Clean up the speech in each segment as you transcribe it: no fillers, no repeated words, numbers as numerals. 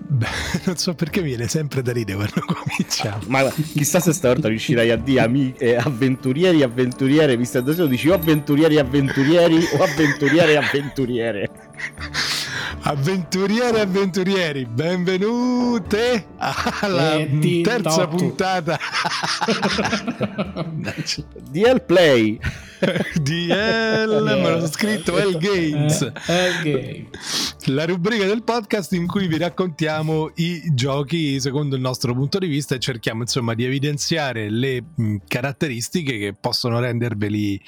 Beh, non so perché mi viene sempre da ridere quando cominciamo. Ma chissà se stavolta riuscirai a dire avventurieri, avventuriere, visto che adesso dici o avventurieri, avventurieri o avventuriere, avventuriere. Avventuriere e avventurieri, benvenute alla terza puntata DL Play DL, me lo sono scritto, L Games, la rubrica del podcast in cui vi raccontiamo i giochi secondo il nostro punto di vista e cerchiamo insomma di evidenziare le caratteristiche che possono renderveli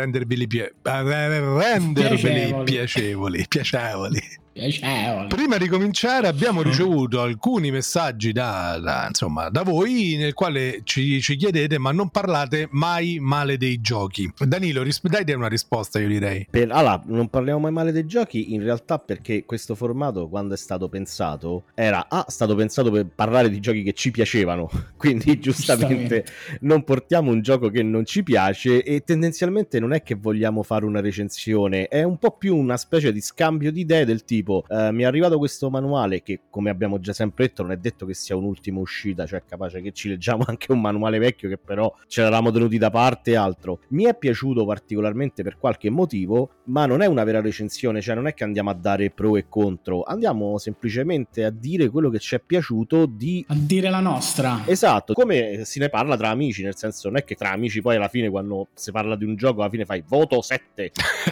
piacevoli. Prima di cominciare abbiamo ricevuto alcuni messaggi da voi nel quale ci chiedete ma non parlate mai male dei giochi. Danilo, dai una risposta, io direi. Allora, non parliamo mai male dei giochi in realtà perché questo formato quando è stato pensato era stato pensato per parlare di giochi che ci piacevano, quindi giustamente non portiamo un gioco che non ci piace e tendenzialmente non è che vogliamo fare una recensione, è un po' più una specie di scambio di idee del tipo mi è arrivato questo manuale che, come abbiamo già sempre detto, non è detto che sia un'ultima uscita, cioè è capace che ci leggiamo anche un manuale vecchio che però ce l'eravamo tenuti da parte e altro. Mi è piaciuto particolarmente per qualche motivo, ma non è una vera recensione, cioè non è che andiamo a dare pro e contro, andiamo semplicemente a dire quello che ci è piaciuto, a dire la nostra. Esatto, come si ne parla tra amici, nel senso non è che tra amici poi alla fine quando si parla di un gioco alla fine fai voto 7.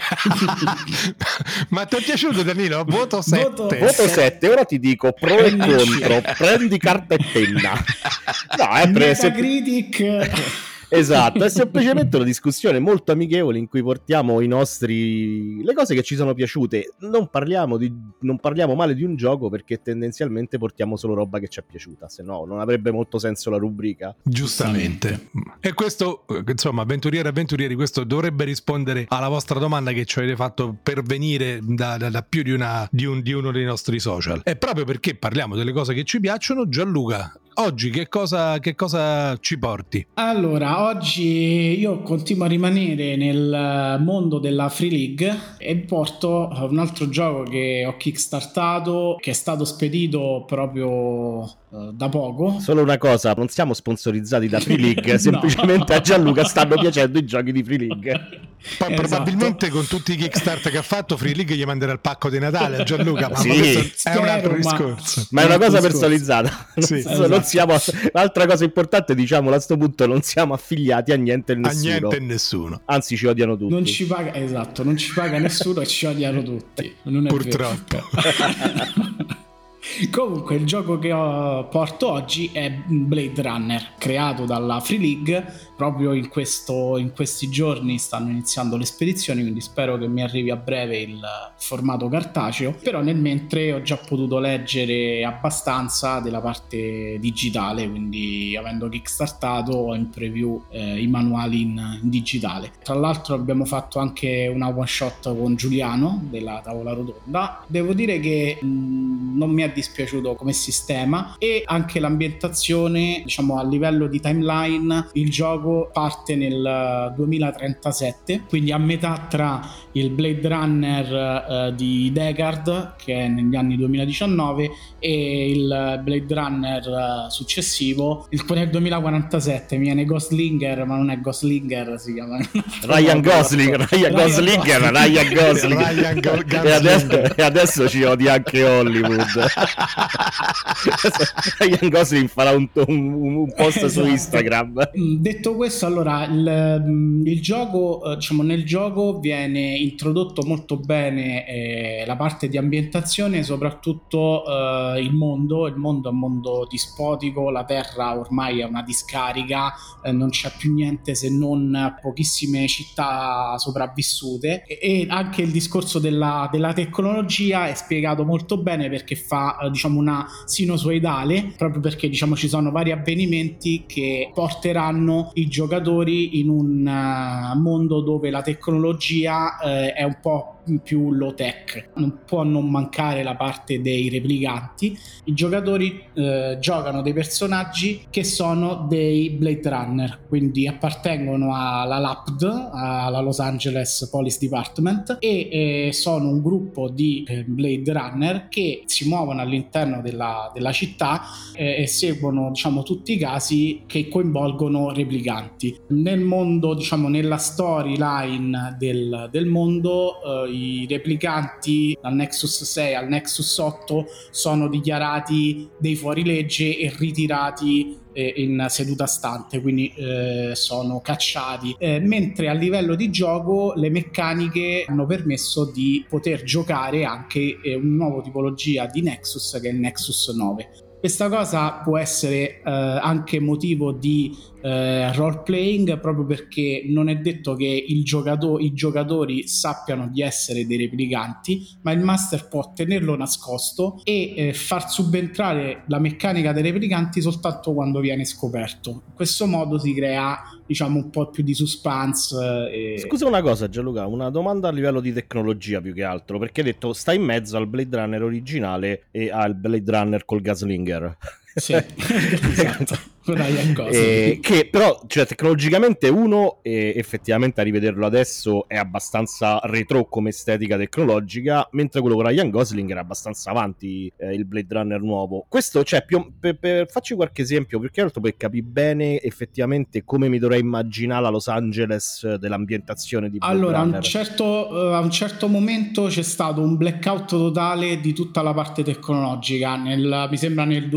Ma ti è piaciuto, Danilo? Voto 7. Voto 7, ora ti dico pro e contro, prendi carta e penna. No, è Metacritic. Esatto, è semplicemente una discussione molto amichevole in cui portiamo le cose che ci sono piaciute. Non parliamo male di un gioco perché tendenzialmente portiamo solo roba che ci è piaciuta, se no non avrebbe molto senso la rubrica. Giustamente. E questo, insomma, avventurieri, questo dovrebbe rispondere alla vostra domanda che ci avete fatto pervenire da più di uno dei nostri social. E proprio perché parliamo delle cose che ci piacciono, Gianluca, oggi che cosa ci porti? Allora, oggi io continuo a rimanere nel mondo della Free League e porto un altro gioco che ho kickstartato, che è stato spedito proprio da poco. Solo una cosa, non siamo sponsorizzati da Free League, semplicemente a Gianluca stanno piacendo i giochi di Free League. Poi probabilmente con tutti i Kickstarter che ha fatto Free League gli manderà il pacco di Natale a Gianluca, ma questo è un altro discorso. Ma è una cosa personalizzata. Sì, non siamo, l'altra cosa importante, diciamo, a sto punto non siamo affiliati a niente e nessuno. A niente e nessuno. Anzi, ci odiano tutti. Non ci paga nessuno e ci odiano tutti. Non è purtroppo. Comunque il gioco che porto oggi è Blade Runner, creato dalla Free League. Proprio in questi giorni stanno iniziando le spedizioni, quindi spero che mi arrivi a breve il formato cartaceo. Però nel mentre ho già potuto leggere abbastanza della parte digitale, quindi avendo kickstartato ho in preview i manuali in digitale. Tra l'altro abbiamo fatto anche una one shot con Giuliano della Tavola Rotonda. Devo dire che non mi è dispiaciuto come sistema e anche l'ambientazione, diciamo a livello di timeline. Il gioco parte nel 2037, quindi a metà tra il Blade Runner di Deckard, che è negli anni 2019, e il Blade Runner successivo, nel 2047. Mi viene Goslinger, ma non è Goslinger, si chiama Ryan Gosling. E adesso ci odia anche Hollywood. Ryan Gosling farà un post su Instagram. Detto questo, allora il gioco, diciamo, nel gioco viene introdotto molto bene la parte di ambientazione, soprattutto il mondo è un mondo dispotico, la Terra ormai è una discarica, non c'è più niente se non pochissime città sopravvissute e anche il discorso della tecnologia è spiegato molto bene perché fa diciamo una sinusoidale, proprio perché diciamo ci sono vari avvenimenti che porteranno i giocatori in un mondo dove la tecnologia è un po' più low tech. Non può non mancare la parte dei replicanti. I giocatori giocano dei personaggi che sono dei Blade Runner, quindi appartengono alla LAPD, alla Los Angeles Police Department, e sono un gruppo di Blade Runner che si muovono all'interno della città e seguono, diciamo, tutti i casi che coinvolgono replicanti. Nel mondo, diciamo, nella storyline del mondo, i replicanti dal Nexus 6 al Nexus 8 sono dichiarati dei fuorilegge e ritirati in seduta stante, quindi sono cacciati, mentre a livello di gioco le meccaniche hanno permesso di poter giocare anche una nuova tipologia di Nexus, che è il Nexus 9. Questa cosa può essere anche motivo di role playing, proprio perché non è detto che i giocatori sappiano di essere dei replicanti, ma il master può tenerlo nascosto e far subentrare la meccanica dei replicanti soltanto quando viene scoperto. In questo modo si crea, diciamo, un po' più di suspense. Scusa una cosa, Gianluca, una domanda a livello di tecnologia più che altro, perché hai detto sta in mezzo al Blade Runner originale e al Blade Runner col Gaslinger. Sì, esatto. Che però, cioè, tecnologicamente effettivamente a rivederlo adesso è abbastanza retro come estetica tecnologica, mentre quello con Ryan Gosling era abbastanza avanti, il Blade Runner nuovo. Questo, cioè, facci qualche esempio, perché altro per capire bene effettivamente come mi dovrei immaginare la Los Angeles dell'ambientazione di Blade Runner. Allora, a un certo momento c'è stato un blackout totale di tutta la parte tecnologica, mi sembra nel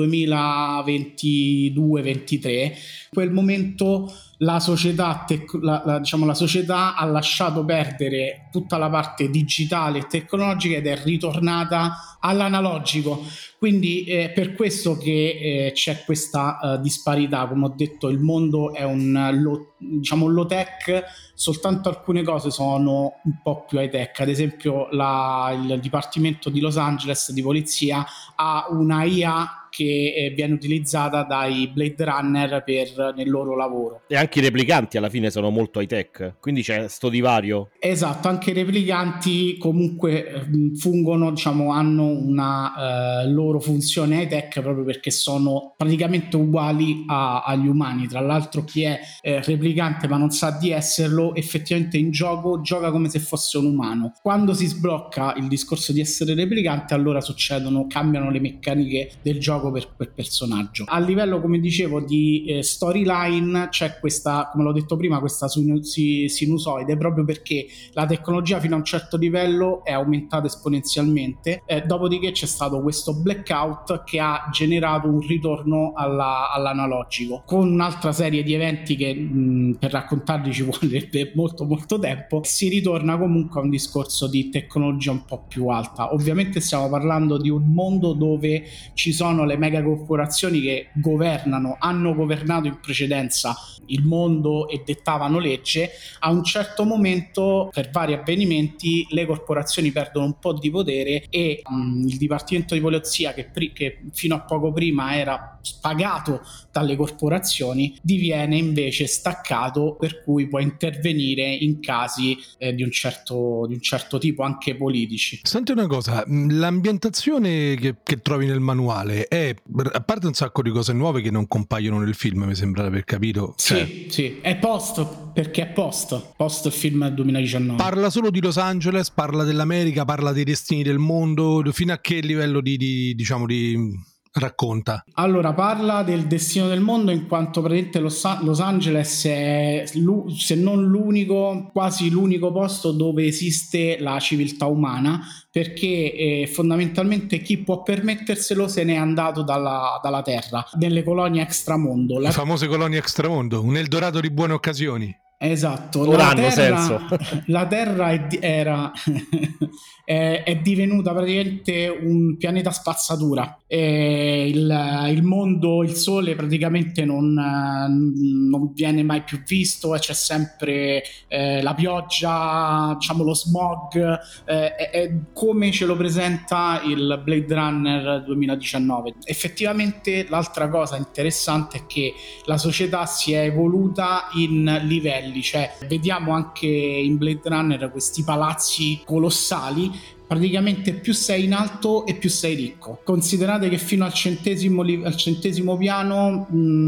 2022-23. In quel momento la società la società ha lasciato perdere tutta la parte digitale e tecnologica ed è ritornata all'analogico, quindi per questo che c'è questa disparità. Come ho detto, il mondo è un low tech, soltanto alcune cose sono un po' più high tech. Ad esempio il Dipartimento di Los Angeles di polizia ha una IA che viene utilizzata dai Blade Runner nel loro lavoro. E anche i replicanti alla fine sono molto high tech, quindi c'è sto divario. Esatto, anche i replicanti comunque fungono, diciamo, hanno una loro funzione high tech, proprio perché sono praticamente uguali agli umani. Tra l'altro chi è replicante ma non sa di esserlo, effettivamente in gioco gioca come se fosse un umano. Quando si sblocca il discorso di essere replicante, allora cambiano le meccaniche del gioco per personaggio. A livello, come dicevo, di storyline c'è questa, come l'ho detto prima, questa sinusoide, proprio perché la tecnologia fino a un certo livello è aumentata esponenzialmente, dopodiché c'è stato questo blackout che ha generato un ritorno all'analogico, con un'altra serie di eventi che per raccontarli ci vorrebbe molto molto tempo. Si ritorna comunque a un discorso di tecnologia un po' più alta. Ovviamente stiamo parlando di un mondo dove ci sono le mega corporazioni che hanno governato in precedenza il mondo e dettavano legge. A un certo momento, per vari avvenimenti, le corporazioni perdono un po' di potere e il Dipartimento di Polizia, che fino a poco prima era pagato dalle corporazioni, diviene invece staccato, per cui può intervenire in casi di un certo tipo, anche politici. Senti una cosa, l'ambientazione che trovi nel manuale è, a parte un sacco di cose nuove che non compaiono nel film, mi sembra di aver capito. Sì, è perché è post il film del 2019. Parla solo di Los Angeles, parla dell'America, parla dei destini del mondo, fino a che livello di racconta? Allora, parla del destino del mondo, in quanto praticamente Los Angeles è, se non l'unico, quasi l'unico posto dove esiste la civiltà umana, perché fondamentalmente chi può permetterselo se n'è andato dalla Terra, nelle colonie extramondo. Le famose colonie extramondo, un Eldorado di buone occasioni. Esatto, ora hanno senso. La Terra è divenuta praticamente un pianeta spazzatura. Il mondo, il sole praticamente non viene mai più visto, e c'è sempre la pioggia, diciamo lo smog, è come ce lo presenta il Blade Runner 2019. Effettivamente l'altra cosa interessante è che la società si è evoluta in livelli. livelli, cioè vediamo anche in Blade Runner questi palazzi colossali. Praticamente più sei in alto e più sei ricco. Considerate che fino al centesimo piano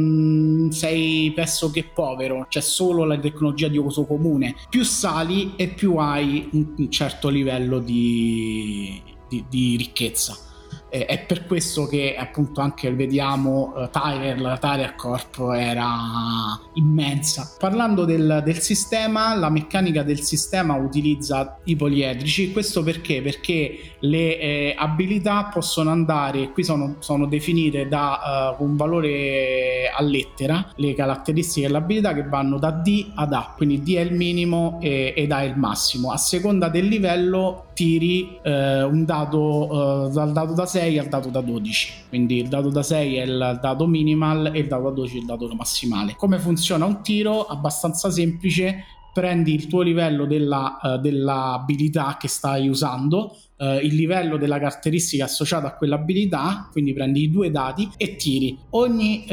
sei pressoche povero, c'è solo la tecnologia di uso comune. Più sali e più hai un certo livello di ricchezza. È per questo che appunto anche vediamo la Tyler Corp era immensa. Parlando del sistema, la meccanica del sistema utilizza i poliedrici. Questo perché le abilità possono andare, qui sono definite da un valore a lettera, le caratteristiche dell'abilità, che vanno da D ad A, quindi D è il minimo ed A è il massimo. A seconda del livello tiri un dado dal dado da 6 al dado da 12, quindi il dado da 6 è il dado minimal e il dado da 12 è il dado massimale. Come funziona un tiro? Abbastanza semplice: prendi il tuo livello dell'abilità che stai usando, il livello della caratteristica associata a quell'abilità, quindi prendi i 2 dati e tiri. Ogni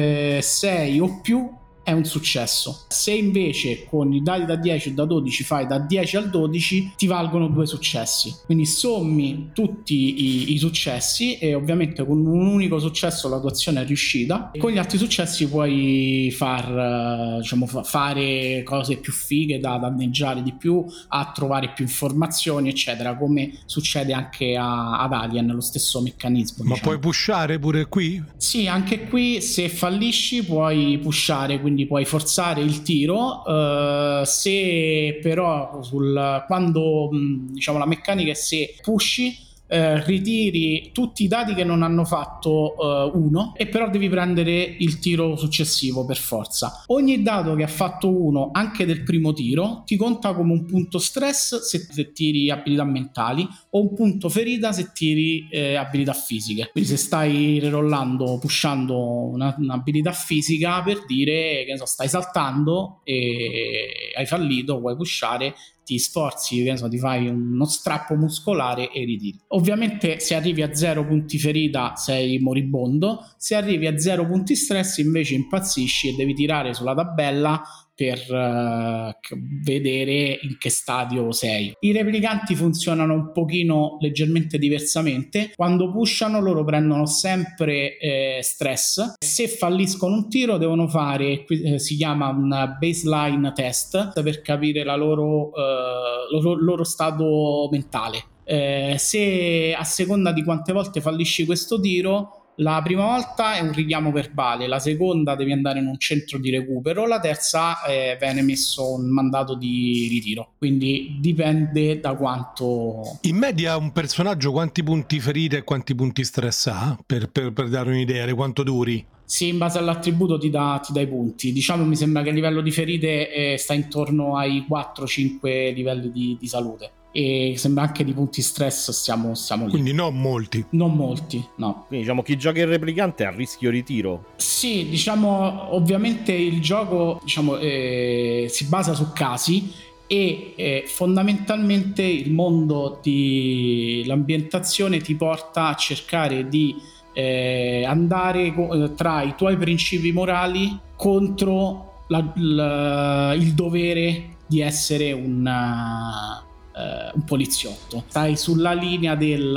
6 o più è un successo. Se invece con i dati da 10 o da 12 fai da 10 al 12, ti valgono 2 successi. Quindi sommi tutti i successi e ovviamente con un unico successo la tua azione è riuscita. Con gli altri successi puoi fare cose più fighe, da danneggiare di più, a trovare più informazioni, eccetera, come succede anche ad Alien, lo stesso meccanismo. Ma puoi pushare pure qui? Sì, anche qui se fallisci puoi pushare, quindi puoi forzare il tiro. Se però quando la meccanica è se pushi, ritiri tutti i dati che non hanno fatto 1, e però devi prendere il tiro successivo per forza. Ogni dato che ha fatto 1 anche del primo tiro ti conta come un punto stress se tiri abilità mentali, o un punto ferita se tiri abilità fisiche. Quindi se stai pushando un'abilità fisica, per dire che stai saltando e hai fallito, puoi pushare, ti sforzi, ti fai uno strappo muscolare e ritiri. Ovviamente se arrivi a 0 punti ferita sei moribondo, se arrivi a 0 punti stress invece impazzisci e devi tirare sulla tabella per vedere in che stadio sei. I replicanti funzionano un pochino leggermente diversamente. Quando pushano loro prendono sempre stress. Se falliscono un tiro devono fare, si chiama un baseline test, per capire la loro stato mentale. Se a seconda di quante volte fallisci questo tiro, la prima volta è un richiamo verbale, la seconda devi andare in un centro di recupero, la terza viene messo un mandato di ritiro. Quindi dipende da quanto... In media un personaggio quanti punti ferite e quanti punti stress ha? Per dare un'idea di quanto duri? Sì, in base all'attributo ti dà i punti. Mi sembra che il livello di ferite sta intorno ai 4-5 livelli di salute. E sembra anche di punti stress stiamo lì. Quindi non molti, no. Quindi chi gioca il replicante è a rischio ritiro? Sì, ovviamente il gioco si basa su casi e fondamentalmente il mondo l'ambientazione ti porta a cercare di andare tra i tuoi principi morali contro il dovere di essere un poliziotto. Stai sulla linea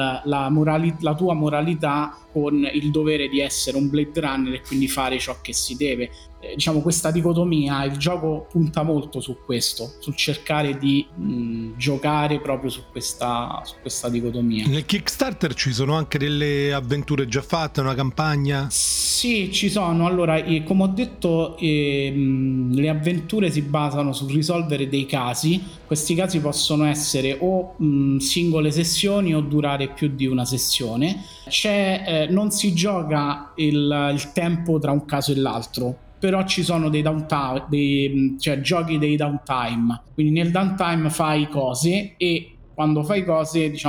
la tua moralità con il dovere di essere un Blade Runner e quindi fare ciò che si deve. Questa dicotomia, il gioco punta molto su questo, sul cercare di giocare proprio su questa dicotomia. Nel Kickstarter ci sono anche delle avventure già fatte, una campagna? Sì, ci sono. Allora, come ho detto, le avventure si basano sul risolvere dei casi. Questi casi possono essere o singole sessioni o durare più di una sessione. Non si gioca il tempo tra un caso e l'altro, però ci sono dei downtime, giochi dei downtime. Quindi nel downtime fai cose e quando fai cose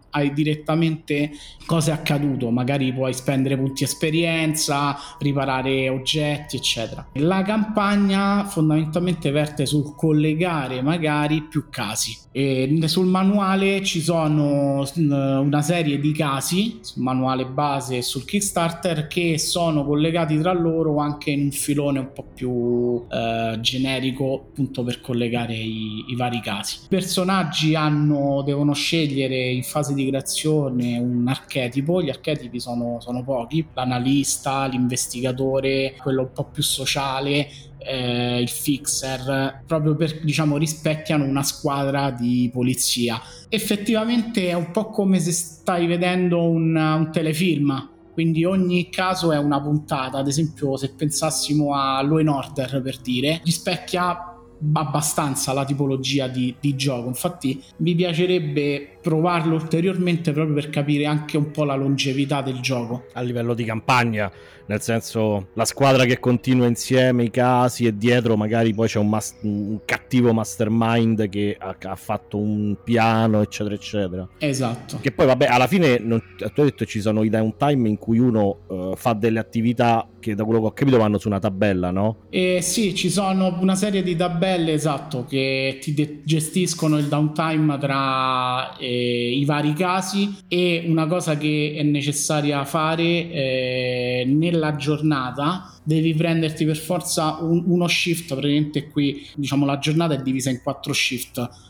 hai direttamente cosa è accaduto, magari puoi spendere punti esperienza, riparare oggetti eccetera. La campagna fondamentalmente verte sul collegare magari più casi, e sul manuale ci sono una serie di casi sul manuale base e sul Kickstarter che sono collegati tra loro anche in un filone un po' più generico, appunto per collegare i vari casi. I personaggi devono scegliere in fase di creazione un archetipo. Gli archetipi sono pochi: l'analista, l'investigatore, quello un po' più sociale, il fixer, proprio per, diciamo, rispecchiano una squadra di polizia. Effettivamente è un po' come se stai vedendo un telefilm, quindi ogni caso è una puntata. Ad esempio, se pensassimo a Law & Order, per dire, rispecchia abbastanza la tipologia di gioco. Infatti mi piacerebbe provarlo ulteriormente proprio per capire anche un po' la longevità del gioco a livello di campagna, nel senso la squadra che continua insieme, i casi, e dietro magari poi c'è un cattivo mastermind che ha fatto un piano eccetera eccetera. Esatto. Che poi vabbè, alla fine tu hai detto ci sono i downtime in cui uno fa delle attività che, da quello che ho capito, vanno su una tabella, no? Sì, ci sono una serie di tabelle, esatto, che ti gestiscono il downtime tra i vari casi. E una cosa che è necessaria fare nella giornata, devi prenderti per forza uno shift. Praticamente qui, diciamo, la giornata è divisa in 4 shift: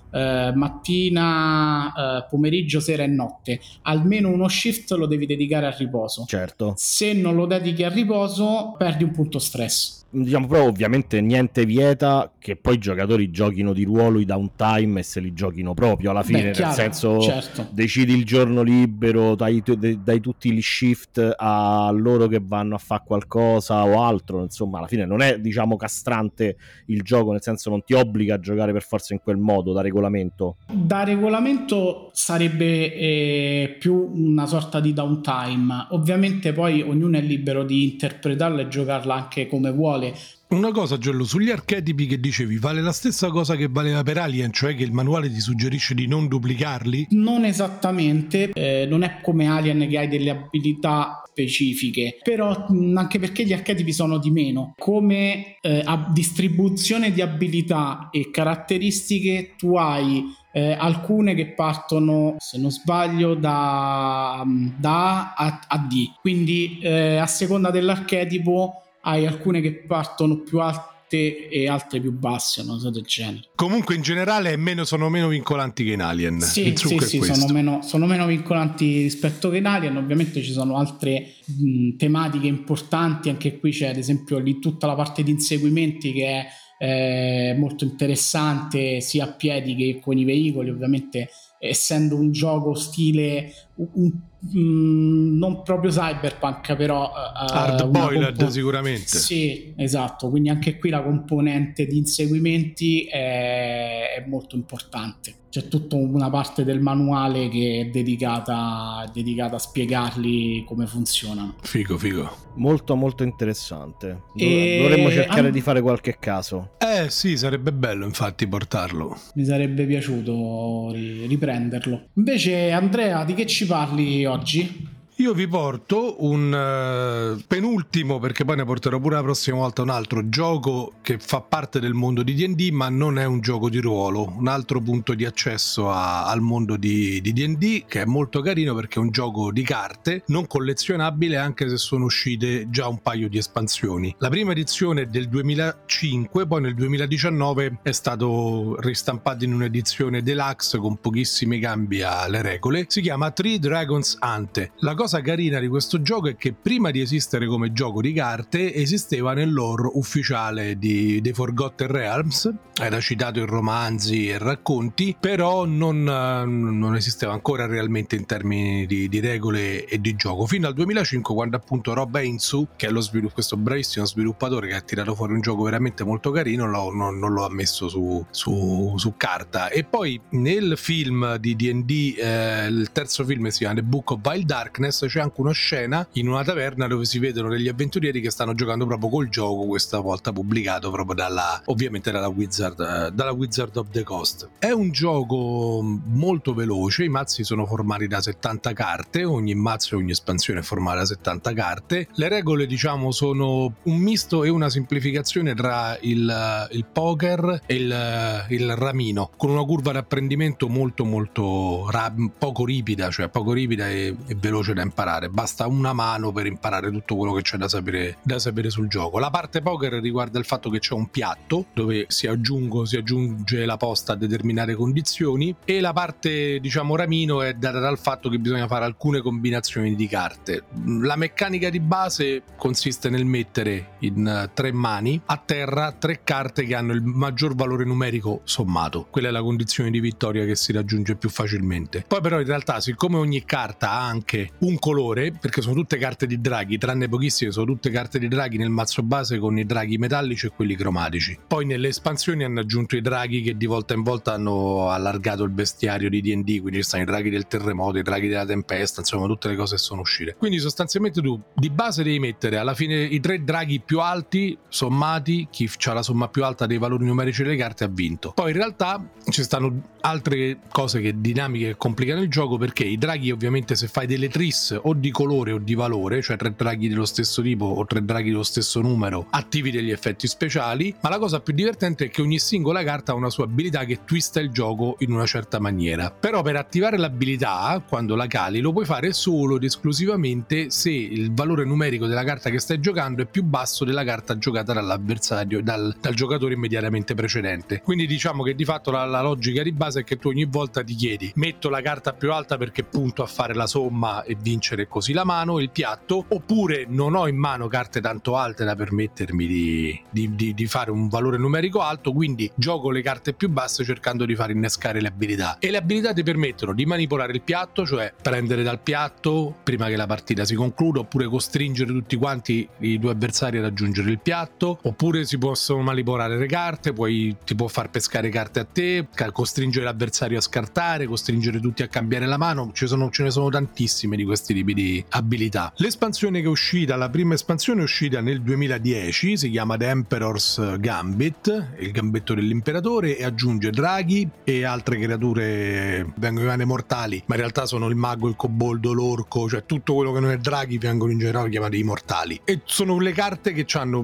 mattina, pomeriggio, sera e notte. Almeno uno shift lo devi dedicare al riposo. Certo. Se non lo dedichi al riposo perdi un punto stress. Diciamo, però ovviamente niente vieta che poi i giocatori giochino di ruolo i downtime e se li giochino proprio alla fine. Beh, chiaro, nel senso, certo, decidi il giorno libero, dai tutti gli shift a loro che vanno a fare qualcosa o altro. Insomma, alla fine non è, diciamo, castrante il gioco, nel senso non ti obbliga a giocare per forza in quel modo da regolamento. Da regolamento sarebbe più una sorta di downtime. Ovviamente poi ognuno è libero di interpretarla e giocarla anche come vuole. Una cosa, Giallo, sugli archetipi che dicevi, vale la stessa cosa che valeva per Alien, cioè che il manuale ti suggerisce di non duplicarli? Non esattamente, non è come Alien che hai delle abilità specifiche, però anche perché gli archetipi sono di meno. Come distribuzione di abilità e caratteristiche, tu hai alcune che partono, se non sbaglio, da A a D, quindi a seconda dell'archetipo hai alcune che partono più alte e altre più basse, una cosa del genere. Comunque in generale sono meno vincolanti che in Alien. Sì, sono meno vincolanti rispetto che in Alien. Ovviamente ci sono altre tematiche importanti. Anche qui c'è ad esempio lì tutta la parte di inseguimenti che è molto interessante, sia a piedi che con i veicoli. Ovviamente, essendo un gioco stile non proprio cyberpunk, però hard-boiled sicuramente. Sì, esatto, quindi anche qui la componente di inseguimenti è molto importante. C'è tutta una parte del manuale che è dedicata a spiegarli come funzionano. Figo. Molto molto interessante. Dovremmo cercare di fare qualche caso. Sì, sarebbe bello infatti portarlo. Mi sarebbe piaciuto riprenderlo. Invece, Andrea, di che ci parli oggi? Io vi porto un penultimo, perché poi ne porterò pure la prossima volta, un altro gioco che fa parte del mondo di D&D, ma non è un gioco di ruolo, un altro punto di accesso al mondo di D&D, che è molto carino perché è un gioco di carte non collezionabile, anche se sono uscite già un paio di espansioni. La prima edizione è del 2005, poi nel 2019 è stato ristampato in un'edizione deluxe con pochissimi cambi alle regole. Si chiama Three Dragons Ante. La cosa carina di questo gioco è che prima di esistere come gioco di carte esisteva nel lore ufficiale dei Forgotten Realms, era citato in romanzi e racconti, però non esisteva ancora realmente in termini di regole e di gioco, fino al 2005, quando appunto Rob Hainsou, che è questo bravissimo sviluppatore che ha tirato fuori un gioco veramente molto carino, non lo ha messo su carta. E poi nel film di D&D, il terzo film si chiama The Book of Wild Darkness, Pass c'è anche una scena in una taverna dove si vedono degli avventurieri che stanno giocando proprio col gioco, questa volta pubblicato proprio ovviamente dalla Wizard of the Coast. È un gioco molto veloce, i mazzi sono formati da 70 carte, ogni mazzo e ogni espansione è formata da 70 carte. Le regole, diciamo, sono un misto e una semplificazione tra il poker e il ramino, con una curva di apprendimento molto poco ripida e veloce da imparare. Basta una mano per imparare tutto quello che c'è da sapere sul gioco. La parte poker riguarda il fatto che c'è un piatto dove si aggiunge la posta a determinate condizioni, e la parte, diciamo, ramino è data dal fatto che bisogna fare alcune combinazioni di carte. La meccanica di base consiste nel mettere in 3 mani a terra 3 carte che hanno il maggior valore numerico sommato. Quella è la condizione di vittoria che si raggiunge più facilmente. Poi però in realtà, siccome ogni carta ha anche un colore, perché sono tutte carte di draghi, tranne pochissime, sono tutte carte di draghi nel mazzo base, con i draghi metallici e quelli cromatici. Poi nelle espansioni hanno aggiunto i draghi che di volta in volta hanno allargato il bestiario di D&D, quindi ci stanno i draghi del terremoto, i draghi della tempesta, insomma tutte le cose che sono uscite. Quindi sostanzialmente tu di base devi mettere alla fine i 3 draghi più alti sommati, chi ha la somma più alta dei valori numerici delle carte ha vinto. Poi in realtà ci stanno altre cose dinamiche che complicano il gioco, perché i draghi, ovviamente, se fai delle tris o di colore o di valore, cioè 3 draghi dello stesso tipo o 3 draghi dello stesso numero, attivi degli effetti speciali. Ma la cosa più divertente è che ogni singola carta ha una sua abilità che twista il gioco in una certa maniera. Però per attivare l'abilità, quando la cali, lo puoi fare solo ed esclusivamente se il valore numerico della carta che stai giocando è più basso della carta giocata dall'avversario, dal giocatore immediatamente precedente. Quindi diciamo che di fatto la logica di base è che tu ogni volta ti chiedi: metto la carta più alta perché punto a fare la somma e vincere così la mano, il piatto, oppure non ho in mano carte tanto alte da permettermi di fare un valore numerico alto, quindi gioco le carte più basse cercando di far innescare le abilità. E le abilità ti permettono di manipolare il piatto, cioè prendere dal piatto prima che la partita si concluda, oppure costringere tutti quanti i tuoi avversari a raggiungere il piatto, oppure si possono manipolare le carte, ti può far pescare carte a te, costringere l'avversario a scartare, costringere tutti a cambiare la mano. Ce ne sono tantissime di questi tipi di abilità. L'espansione che è uscita, la prima espansione è uscita nel 2010, si chiama The Emperor's Gambit, il gambetto dell'imperatore, e aggiunge draghi e altre creature, vengono chiamate mortali, ma in realtà sono il mago, il coboldo, l'orco, cioè tutto quello che non è draghi vengono in generale chiamati i mortali. E sono le carte che hanno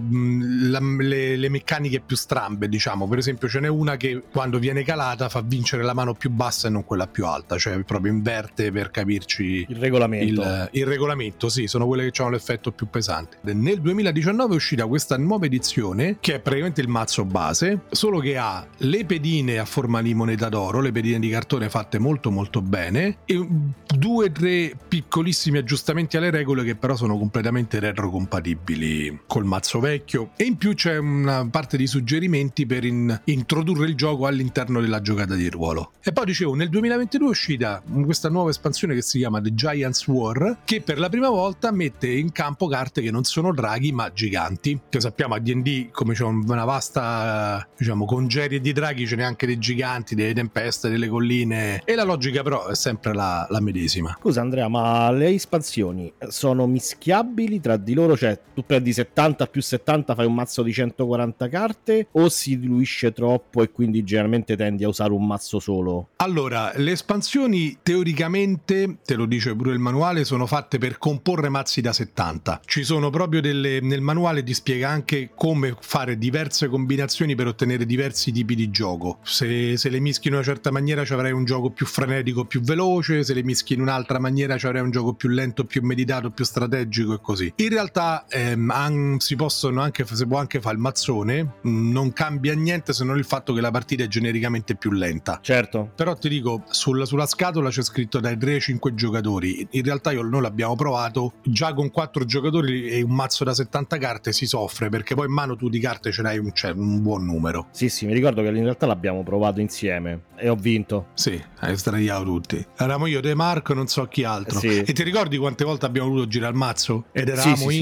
le meccaniche più strambe, diciamo. Per esempio ce n'è una che quando viene calata fa vincere la mano più bassa e non quella più alta, cioè proprio inverte, per capirci, il regolamento. Il regolamento, sì, sono quelle che hanno l'effetto più pesante. Nel 2019 è uscita questa nuova edizione che è praticamente il mazzo base, solo che ha le pedine a forma di moneta d'oro, le pedine di cartone fatte molto molto bene, e 2 o 3 piccolissimi aggiustamenti alle regole che però sono completamente retrocompatibili col mazzo vecchio, e in più c'è una parte di suggerimenti per introdurre il gioco all'interno della giocata di ruolo. E poi dicevo, nel 2022 è uscita questa nuova espansione che si chiama The Giants War, che per la prima volta mette in campo carte che non sono draghi ma giganti, che sappiamo a D&D come c'è una vasta, diciamo, congerie di draghi, ce n'è anche dei giganti, delle tempeste, delle colline, e la logica però è sempre la medesima. Scusa Andrea, ma le espansioni sono mischiabili tra di loro? Cioè tu prendi 70 più 70 fai un mazzo di 140 carte, o si diluisce troppo e quindi generalmente tendi a usare un mazzo solo? Allora, le espansioni teoricamente, te lo dice pure il manuale, sono fatte per comporre mazzi da 70. Ci sono proprio nel manuale ti spiega anche come fare diverse combinazioni per ottenere diversi tipi di gioco. Se le mischi in una certa maniera ci avrai un gioco più frenetico, più veloce, se le mischi in un'altra maniera ci avrai un gioco più lento, più meditato, più strategico e così. In realtà si può anche fare il mazzone, non cambia niente se non il fatto che la partita è genericamente più lenta. Certo. Però ti dico, sulla scatola c'è scritto dai 3 ai 5 giocatori. In realtà noi l'abbiamo provato già con 4 giocatori e un mazzo da 70 carte si soffre, perché poi in mano tu di carte ce n'hai un buon numero. Sì, mi ricordo che in realtà l'abbiamo provato insieme e ho vinto. Sì, hai straiato tutti. Eravamo io, De Marco, non so chi altro. Sì. E ti ricordi quante volte abbiamo voluto girare il mazzo? Ed eravamo in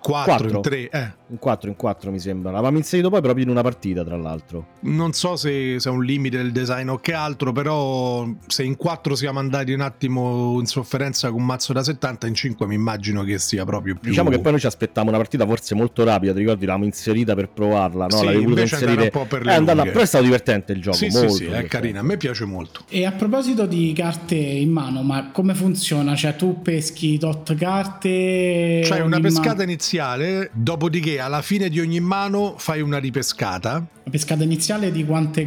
4, in 3, in 4 mi sembra. L'avevamo inserito poi proprio in una partita, tra l'altro. Non so se è un limite del design o che altro, però se in 4 siamo andati un attimo in sofferenza con un mazzo da 70, in 5 mi immagino che sia proprio più... Diciamo che poi noi ci aspettavamo una partita forse molto rapida, ti ricordi? L'avevamo inserita per provarla, no? Sì, l'avevi voluto inserire un po' per le andata, lunghe. però è stato divertente il gioco, sì, molto sì, è carina, a me piace molto. E a proposito di carte in mano, ma come funziona? Cioè tu peschi tot carte, C'hai una pescata iniziale, dopodiché alla fine di ogni mano fai una ripescata. La pescata iniziale di quante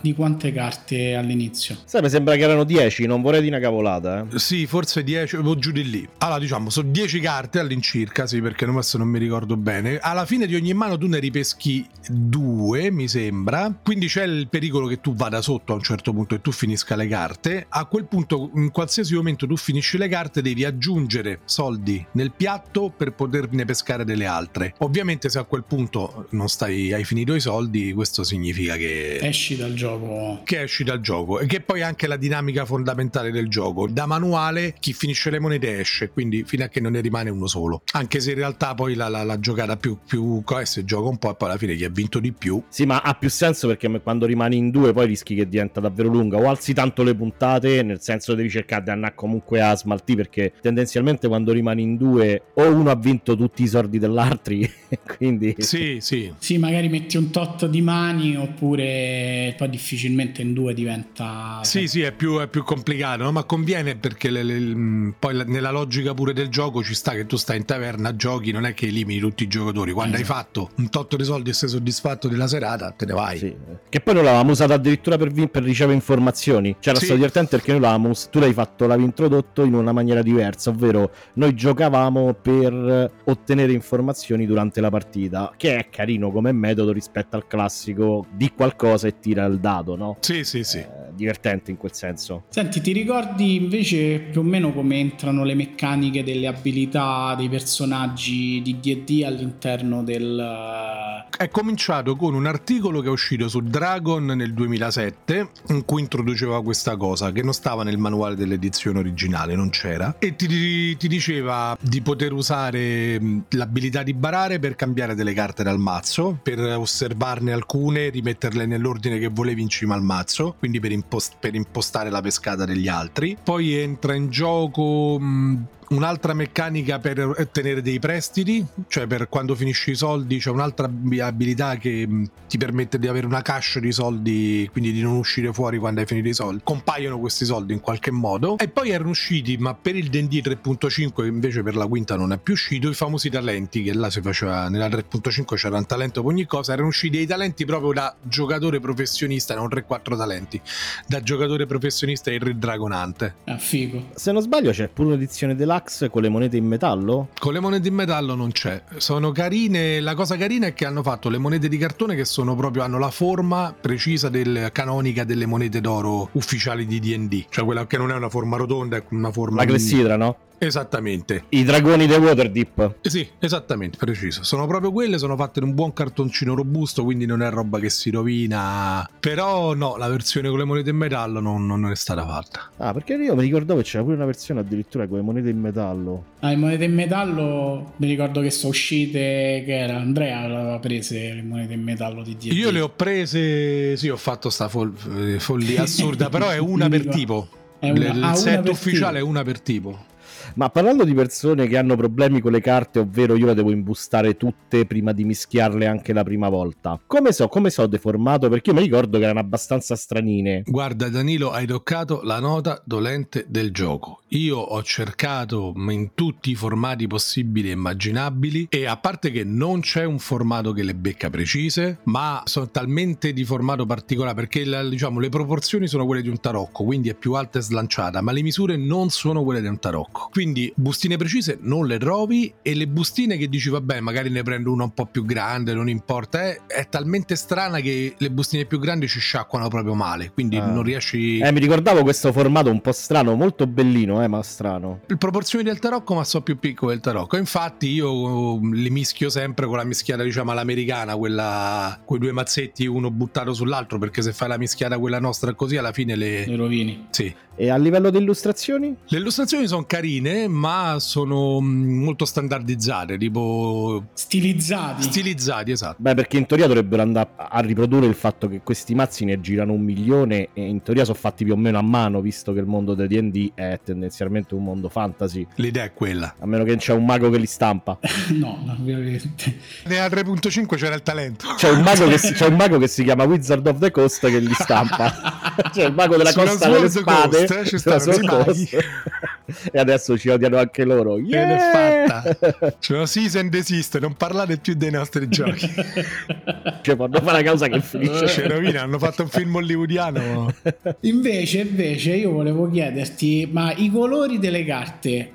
carte all'inizio? Sai, mi sembra che erano 10, non vorrei dire una cavolata, Sì, forse 10 o giù di lì. Allora diciamo, sono 10 carte all'incirca, sì, perché adesso non mi ricordo bene. Alla fine di ogni mano tu ne ripeschi 2, mi sembra, quindi c'è il pericolo che tu vada sotto a un certo punto e tu finisca le carte. A quel punto, in qualsiasi momento tu finisci le carte, devi aggiungere soldi nel piatto per poterne pescare delle altre. Ovviamente se a quel punto non hai finito i soldi, questo significa che esci dal gioco. Che esci dal gioco, e che poi è anche la dinamica fondamentale del gioco. Da manuale chi finisce le monete esce, quindi fino a che non ne rimane uno solo. Anche se in realtà poi la giocata più si gioca un po' e poi alla fine chi ha vinto di più. Sì, ma ha più senso perché quando rimani in 2 poi rischi che diventa davvero lunga, o alzi tanto le puntate, nel senso devi cercare di andare comunque a smaltire, perché tendenzialmente quando rimani in 2 o uno ha vinto tutti i soldi dell'altri quindi sì, magari metti un tot di mani, oppure poi difficilmente in 2 diventa... Sì, è più complicato, no? Ma conviene perché poi nella logica pure del gioco ci sta che tu stai in taverna, giochi, non è che elimini tutti i giocatori. Quando hai fatto un tot di soldi e sei soddisfatto della serata, te ne vai. Sì. Che poi noi l'avevamo usato addirittura per ricevere informazioni. C'era stato divertente perché noi tu l'avevi introdotto in una maniera diversa, ovvero noi giocavamo per ottenere informazioni durante la partita, che è carino come metodo rispetto al classico di qualcosa e tira il dado, no? Sì. Divertente in quel senso. Senti, ti ricordi invece più o meno come entrano le meccaniche delle abilità dei personaggi di D&D all'interno del... È cominciato con un articolo che è uscito su Dragon nel 2007 in cui introduceva questa cosa che non stava nel manuale dell'edizione originale, non c'era, e ti diceva di poter usare l'abilità di barare per cambiare delle carte dal mazzo, per osservarne alcune, rimetterle nell'ordine che volevi in cima al mazzo, quindi per impostare la pescata degli altri. Poi entra in gioco un'altra meccanica per ottenere dei prestiti, cioè per quando finisci i soldi c'è un'altra abilità che ti permette di avere una cache di soldi, quindi di non uscire fuori quando hai finito i soldi. Compaiono questi soldi in qualche modo. E poi erano usciti, ma per il D&D 3.5, che invece per la quinta non è più uscito, i famosi talenti, che là si faceva, nella 3.5 c'era un talento per ogni cosa. Erano usciti dei talenti proprio da giocatore professionista, erano 3-4 talenti da giocatore professionista in Red Dragonante. Figo. Se non sbaglio c'è pure un'edizione deluxe con le monete in metallo? Con le monete in metallo non c'è. Sono carine. La cosa carina è che hanno fatto le monete di cartone che sono proprio, hanno la forma precisa canonica delle monete d'oro ufficiali di D&D, cioè quella che non è una forma rotonda, è una forma... La clessidra, no? Esattamente. I dragoni dei Waterdeep. Sì, esattamente, preciso. Sono proprio quelle, sono fatte in un buon cartoncino robusto, quindi non è roba che si rovina. Però no, la versione con le monete in metallo non è stata fatta. Ah, perché io mi ricordavo che c'era pure una versione addirittura con le monete in metallo. Le monete in metallo mi ricordo che sono uscite, che era Andrea aveva prese le monete in metallo di D&D. Io le ho prese, sì, ho fatto sta follia assurda, però è una per tipo. Il set ufficiale è una per tipo. Ma parlando di persone che hanno problemi con le carte, ovvero io le devo imbustare tutte prima di mischiarle anche la prima volta, come so deformato? Perché io mi ricordo che erano abbastanza stranine. Guarda Danilo, hai toccato la nota dolente del gioco. Io ho cercato in tutti i formati possibili e immaginabili, e a parte che non c'è un formato che le becca precise, ma sono talmente di formato particolare perché le proporzioni sono quelle di un tarocco, quindi è più alta e slanciata, ma le misure non sono quelle di un tarocco. Quindi bustine precise non le trovi, e le bustine che dici vabbè magari ne prendo una un po' più grande, non importa, è talmente strana che le bustine più grandi ci sciacquano proprio male, quindi non riesci... Mi ricordavo questo formato un po' strano, molto bellino, ma strano. Le proporzioni del tarocco, ma so più piccole del tarocco, infatti io le mischio sempre con la mischiata diciamo all'americana, quella quei due mazzetti uno buttato sull'altro, perché se fai la mischiata quella nostra così alla fine le rovini. Sì. E a livello di illustrazioni? Le illustrazioni sono carine, carine, ma sono molto standardizzate, tipo stilizzati, esatto. Beh, perché in teoria dovrebbero andare a riprodurre il fatto che questi mazzi ne girano 1 milione e in teoria sono fatti più o meno a mano, visto che il mondo del D&D è tendenzialmente un mondo fantasy. L'idea è quella, a meno che non c'è un mago che li stampa. No, ovviamente. Nella 3.5 c'era il talento. C'è un mago che si chiama Wizard of the Coast che li stampa. C'è il mago della costa delle spade, ci stanno e adesso ci odiano anche loro. Ed è fatta. Cioè, cease and desist, non parlate più dei nostri giochi. Cioè, fanno fare una causa che finisce. C'è rovina, hanno fatto un film hollywoodiano. Invece io volevo chiederti, ma i colori delle carte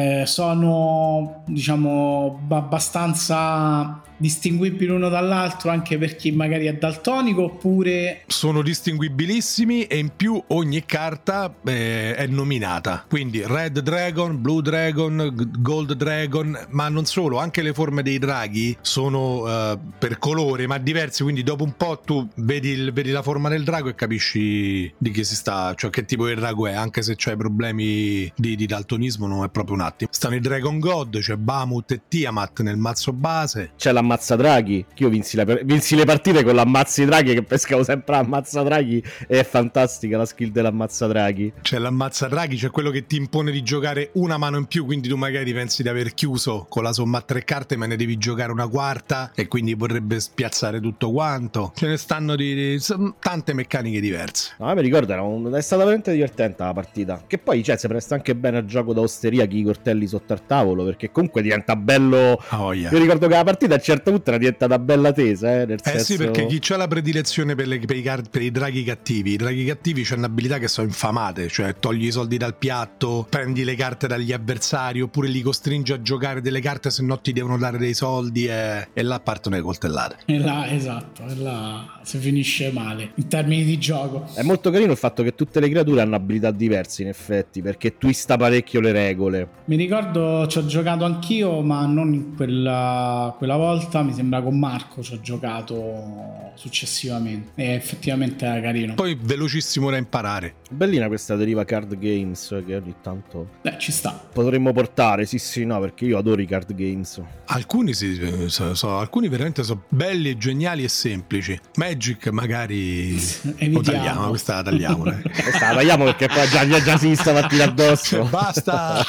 sono, diciamo, abbastanza distinguibili uno dall'altro anche per chi magari è daltonico, oppure sono distinguibilissimi e in più ogni carta è nominata, quindi Red Dragon, Blue Dragon, Gold Dragon, ma non solo, anche le forme dei draghi sono per colore ma diversi, quindi dopo un po' tu vedi la forma del drago e capisci di che si sta, cioè che tipo di drago è, anche se c'hai problemi di daltonismo non è proprio un attimo. Stanno i Dragon God, c'è Bahamut e Tiamat nel mazzo base, c'è l'ammazzadraghi, che io vinsi le partite con l'ammazzadraghi, che pescavo sempre l'ammazzadraghi, e è fantastica la skill dell'ammazzadraghi. C'è l'ammazzadraghi, c'è quello che ti impone di giocare una mano in più, quindi tu magari pensi di aver chiuso con la somma a 3 carte ma ne devi giocare una quarta e quindi potrebbe spiazzare tutto quanto. Ce ne stanno tante meccaniche diverse. No, mi ricordo è stata veramente divertente la partita, che poi si presta anche bene al gioco da osteria, chi i coltelli sotto al tavolo, perché comunque diventa bello. Io ricordo che la partita a un certo punto era diventata bella tesa, nel senso... sì, perché chi c'ha la predilezione per i draghi cattivi, i draghi cattivi c'hanno abilità che sono infamate, cioè togli i soldi dal piatto, prendi le carte dagli avversari oppure li costringi a giocare delle carte se no ti devono dare dei soldi e là partono le coltellate. E là, esatto, e là si finisce male in termini di gioco. È molto carino il fatto che tutte le creature hanno abilità diverse in effetti, perché twista parecchio le regole. Mi ricordo, ci ho giocato anch'io, ma non in quella volta, mi sembra con Marco ci ho giocato successivamente e effettivamente era carino. Poi velocissimo da imparare. Bellina questa deriva card games che ogni tanto ci sta. Potremmo portare, sì, no, perché io adoro i card games. Alcuni alcuni veramente sono belli e geniali e semplici. Magic magari tagliamo, questa la tagliamo. Questa la tagliamo perché poi già si sta tirare addosso. Basta.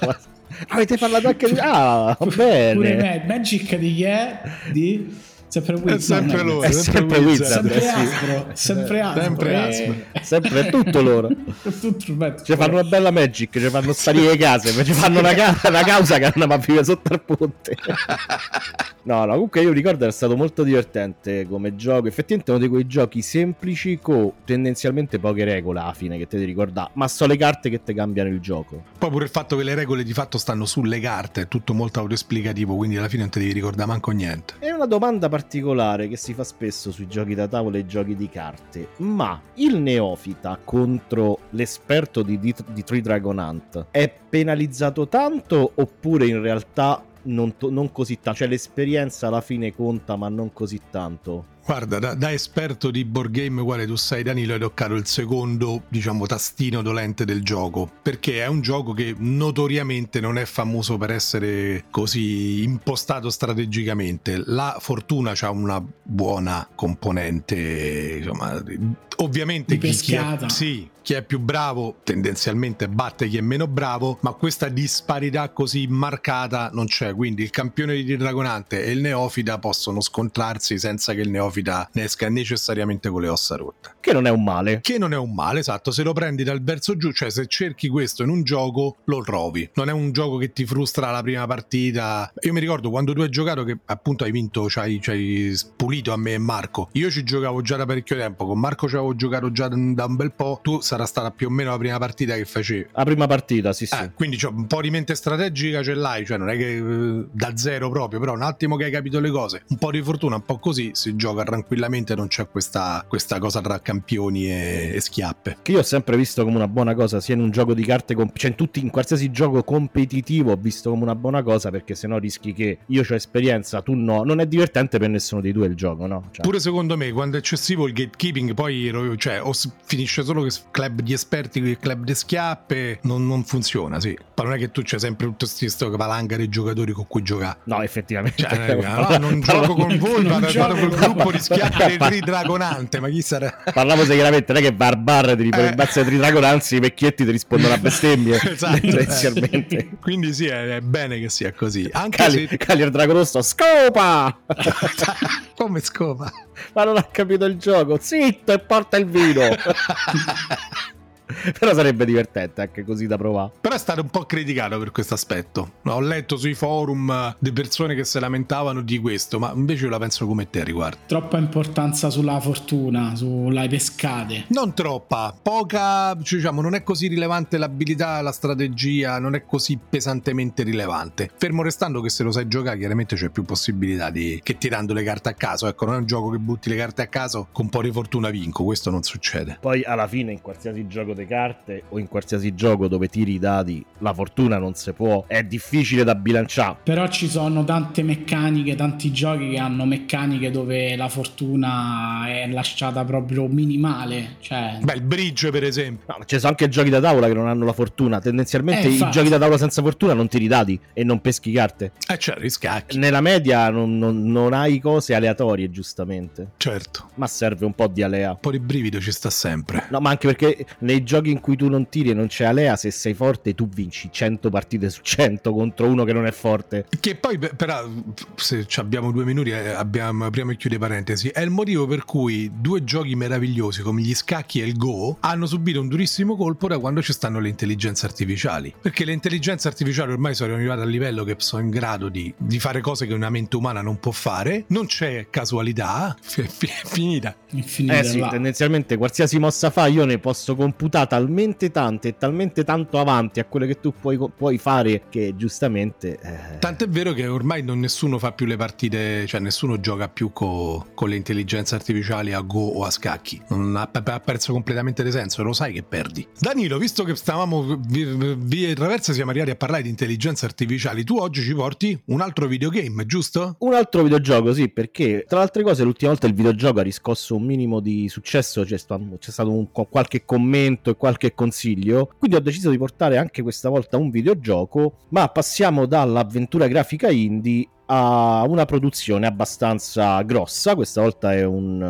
Avete parlato anche di... bene. Pure Magic di chi è? Di... Sempre Wizard. È sempre loro, è sempre Wizard. Sempre aspro. Sempre tutto loro. Ci fanno una bella Magic, ci fanno sparire le case, ci fanno una causa che hanno a vivere sotto al ponte. No, comunque io ricordo era stato molto divertente come gioco. Effettivamente uno di quei giochi semplici con tendenzialmente poche regole alla fine che te devi ricordare, ma sono le carte che ti cambiano il gioco. Poi pure il fatto che le regole di fatto stanno sulle carte, è tutto molto autoesplicativo, quindi alla fine non ti devi ricordare manco niente. È una domanda particolare che si fa spesso sui giochi da tavola e giochi di carte, ma il neofita contro l'esperto di Three Dragon Hunt è penalizzato tanto oppure in realtà non così tanto? Cioè l'esperienza alla fine conta ma non così tanto? Guarda, da esperto di board game quale tu sei, Danilo, hai toccato il secondo, diciamo, tastino dolente del gioco, perché è un gioco che notoriamente non è famoso per essere così impostato strategicamente. La fortuna c'ha una buona componente, insomma, ovviamente chi è più bravo tendenzialmente batte chi è meno bravo, ma questa disparità così marcata non c'è, quindi il campione di Dragonante e il neofita possono scontrarsi senza che il neofita ne esca necessariamente con le ossa rotte, che non è un male, esatto. Se lo prendi dal verso giù, cioè se cerchi questo in un gioco lo trovi, non è un gioco che ti frustra la prima partita. Io mi ricordo quando tu hai giocato che appunto hai vinto, c'hai pulito a me e Marco, io ci giocavo già da parecchio tempo, con Marco ci avevo giocato già da un bel po', tu sarà stata più o meno la prima partita che facevi. La prima partita, sì. Quindi un po' di mente strategica ce l'hai, cioè non è che da zero proprio, però un attimo che hai capito le cose, un po' di fortuna, un po' così si gioca gioca tranquillamente, non c'è questa cosa tra campioni e schiappe. Che io ho sempre visto come una buona cosa, sia in un gioco di carte, cioè in qualsiasi gioco competitivo ho visto come una buona cosa, perché sennò rischi che io ho esperienza, tu no, non è divertente per nessuno dei due il gioco, no? Cioè. Pure secondo me quando è eccessivo il gatekeeping poi cioè, o finisce solo che club di esperti che club di schiappe, non funziona, sì. Ma non è che tu c'è sempre tutto questo valanga dei giocatori con cui giocare. No, effettivamente. Cioè, non gioco con voi, ma vado col gruppo di schiappe tridragonante, ma chi sarà? Parlavo seriamente, non è che Barbar ti ribazzano tridragonanzi, i vecchietti ti rispondono a bestemmie. Esatto. Quindi sì, è bene che sia così. Anche Cali il drago rosso, scopa! Come scopa? Ma non ha capito il gioco, zitto e porta il vino. Però sarebbe divertente anche così da provare. Però è stato un po' criticato per questo aspetto. Ho letto sui forum di persone che si lamentavano di questo, ma invece io la penso come te riguardo. Troppa importanza sulla fortuna, sulle pescate. Non troppa, poca, diciamo, non è così rilevante l'abilità, la strategia, non è così pesantemente rilevante. Fermo restando che se lo sai giocare, chiaramente c'è più possibilità che tirando le carte a caso. Ecco, non è un gioco che butti le carte a caso, con un po' di fortuna vinco, questo non succede. Poi alla fine in qualsiasi gioco carte o in qualsiasi gioco dove tiri i dadi la fortuna non si può, è difficile da bilanciare. Però ci sono tante meccaniche, tanti giochi che hanno meccaniche dove la fortuna è lasciata proprio minimale, cioè... Beh, il bridge per esempio. No, ma ci sono anche giochi da tavola che non hanno la fortuna. Tendenzialmente i giochi da tavola senza fortuna non tiri dadi e non peschi carte. Cioè riscacchi. Nella media non hai cose aleatorie, giustamente. Certo. Ma serve un po' di alea. Un po' di brivido ci sta sempre. No, ma anche perché nei giochi in cui tu non tiri e non c'è alea, se sei forte tu vinci 100 partite su 100 contro uno che non è forte. Che poi però, se abbiamo 2 minuti, apriamo e chiude parentesi, è il motivo per cui due giochi meravigliosi come gli scacchi e il Go hanno subito un durissimo colpo da quando ci stanno le intelligenze artificiali, perché le intelligenze artificiali ormai sono arrivate al livello che sono in grado di fare cose che una mente umana non può fare, non c'è casualità, è finita. Sì, tendenzialmente qualsiasi mossa fa io ne posso computare talmente tante e talmente tanto avanti a quelle che tu puoi fare che giustamente tant'è vero che ormai nessuno fa più le partite, cioè nessuno gioca più con le intelligenze artificiali a Go o a scacchi, non ha perso completamente di senso, lo sai che perdi. Danilo, visto che stavamo via traversa, siamo arrivati a parlare di intelligenze artificiali, tu oggi ci porti un altro videogame, giusto? Un altro videogioco, sì, perché tra le altre cose l'ultima volta il videogioco ha riscosso un minimo di successo, c'è stato qualche commento e qualche consiglio, quindi ho deciso di portare anche questa volta un videogioco, ma passiamo dall'avventura grafica indie a una produzione abbastanza grossa. Questa volta è un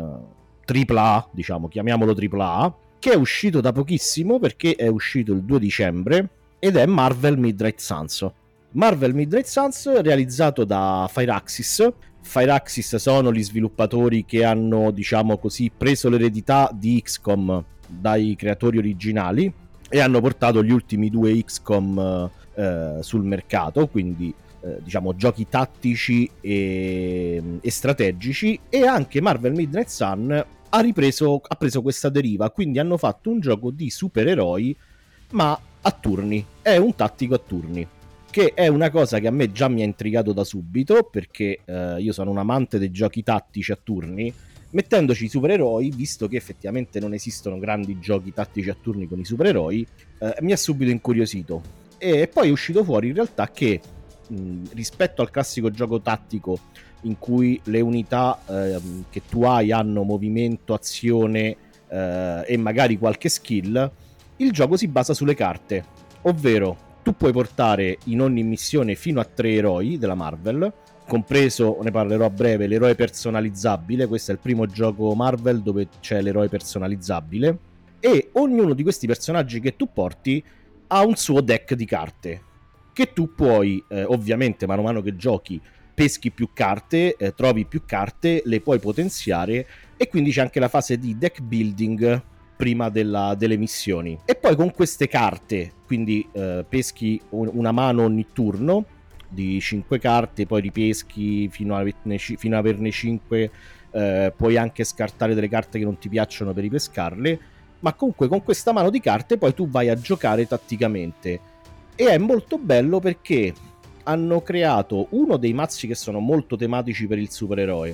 AAA, diciamo, chiamiamolo AAA, che è uscito da pochissimo perché è uscito il 2 dicembre ed è Marvel Midnight Suns. Marvel Midnight Suns realizzato da Firaxis. Firaxis sono gli sviluppatori che hanno, diciamo così, preso l'eredità di XCOM dai creatori originali e hanno portato gli ultimi 2 XCOM sul mercato, quindi diciamo giochi tattici e strategici. E anche Marvel Midnight Sun ha preso questa deriva, quindi hanno fatto un gioco di supereroi ma a turni, è un tattico a turni, che è una cosa che a me già mi ha intrigato da subito, perché io sono un amante dei giochi tattici a turni. Mettendoci i supereroi, visto che effettivamente non esistono grandi giochi tattici a turni con i supereroi, mi ha subito incuriosito. E poi è uscito fuori in realtà che rispetto al classico gioco tattico in cui le unità che tu hai hanno movimento, azione e magari qualche skill, il gioco si basa sulle carte, ovvero tu puoi portare in ogni missione fino a 3 eroi della Marvel, compreso, ne parlerò a breve, l'eroe personalizzabile. Questo è il primo gioco Marvel dove c'è l'eroe personalizzabile, e ognuno di questi personaggi che tu porti ha un suo deck di carte che tu puoi ovviamente mano a mano che giochi peschi più carte, trovi più carte, le puoi potenziare, e quindi c'è anche la fase di deck building prima delle missioni. E poi con queste carte, quindi peschi una mano ogni turno di 5 carte, poi ripeschi fino a averne 5, puoi anche scartare delle carte che non ti piacciono per ripescarle, ma comunque con questa mano di carte poi tu vai a giocare tatticamente. E è molto bello perché hanno creato uno dei mazzi che sono molto tematici per il supereroe,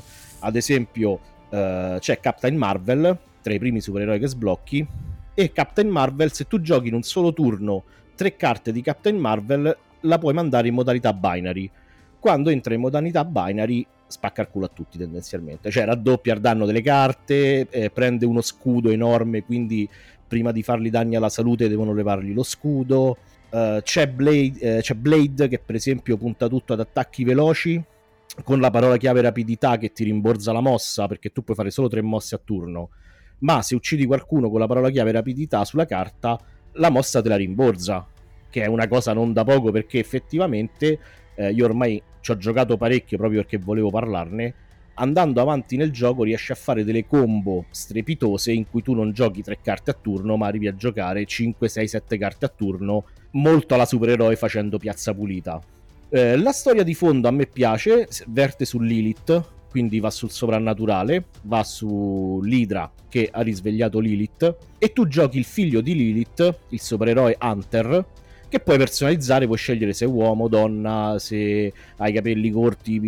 Ad esempio c'è Captain Marvel, tra i primi supereroi che sblocchi, e Captain Marvel, se tu giochi in un solo turno 3 carte di Captain Marvel, la puoi mandare in modalità binary. Quando entra in modalità binary spacca il culo a tutti tendenzialmente, cioè raddoppia il danno delle carte, prende uno scudo enorme, quindi prima di fargli danni alla salute devono levargli lo scudo. C'è Blade che per esempio punta tutto ad attacchi veloci, con la parola chiave rapidità che ti rimborsa la mossa, perché tu puoi fare solo 3 mosse a turno, ma se uccidi qualcuno con la parola chiave rapidità sulla carta, la mossa te la rimborsa, che è una cosa non da poco, perché effettivamente io ormai ci ho giocato parecchio proprio perché volevo parlarne. Andando avanti nel gioco riesci a fare delle combo strepitose in cui tu non giochi 3 carte a turno, ma arrivi a giocare 5, 6, 7 carte a turno, molto alla supereroe, facendo piazza pulita. La storia di fondo a me piace, verte su Lilith, quindi va sul sovrannaturale, va sull'Idra che ha risvegliato Lilith, e tu giochi il figlio di Lilith, il supereroe Hunter, che puoi personalizzare, puoi scegliere se è uomo, donna, se hai i capelli corti,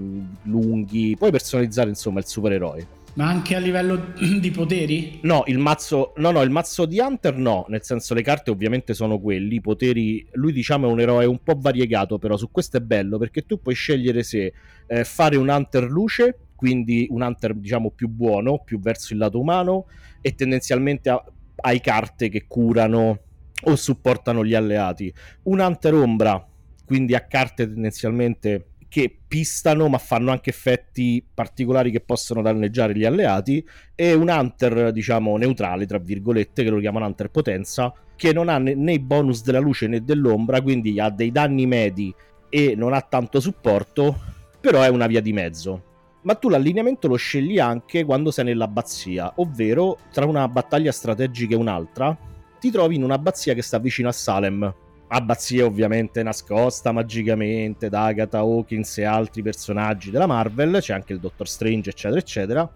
lunghi, puoi personalizzare insomma il supereroe. Ma anche a livello di poteri? No, il mazzo di Hunter no, nel senso le carte ovviamente sono quelli, i poteri, lui diciamo è un eroe un po' variegato, però su questo è bello perché tu puoi scegliere se fare un Hunter luce, quindi un Hunter diciamo più buono, più verso il lato umano, e tendenzialmente hai carte che curano o supportano gli alleati. Un Hunter ombra, quindi ha carte tendenzialmente che pistano ma fanno anche effetti particolari che possono danneggiare gli alleati, e un Hunter diciamo neutrale tra virgolette, che lo chiamano Hunter potenza, che non ha né i bonus della luce né dell'ombra, quindi ha dei danni medi e non ha tanto supporto, però è una via di mezzo. Ma tu l'allineamento lo scegli anche quando sei nell'abbazia, ovvero tra una battaglia strategica e un'altra ti trovi in un'abbazia che sta vicino a Salem, abbazia ovviamente nascosta magicamente da Agatha Hawkins e altri personaggi della Marvel, c'è anche il Dottor Strange eccetera eccetera,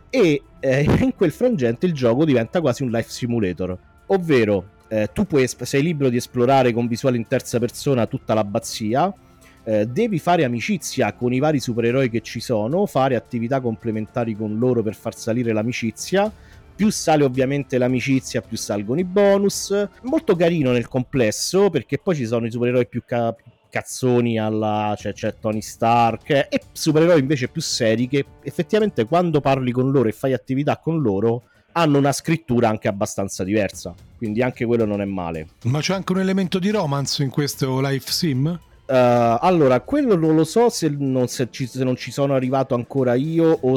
e in quel frangente il gioco diventa quasi un life simulator, ovvero tu sei libero di esplorare con visuale in terza persona tutta l'abbazia, devi fare amicizia con i vari supereroi che ci sono, fare attività complementari con loro per far salire l'amicizia. Più sale ovviamente l'amicizia, più salgono i bonus. Molto carino nel complesso, perché poi ci sono i supereroi più cazzoni c'è Tony Stark, e supereroi invece più seri che effettivamente quando parli con loro e fai attività con loro hanno una scrittura anche abbastanza diversa, quindi anche quello non è male. Ma c'è anche un elemento di romance in questo life sim? Allora, quello non lo so se non ci sono arrivato ancora io o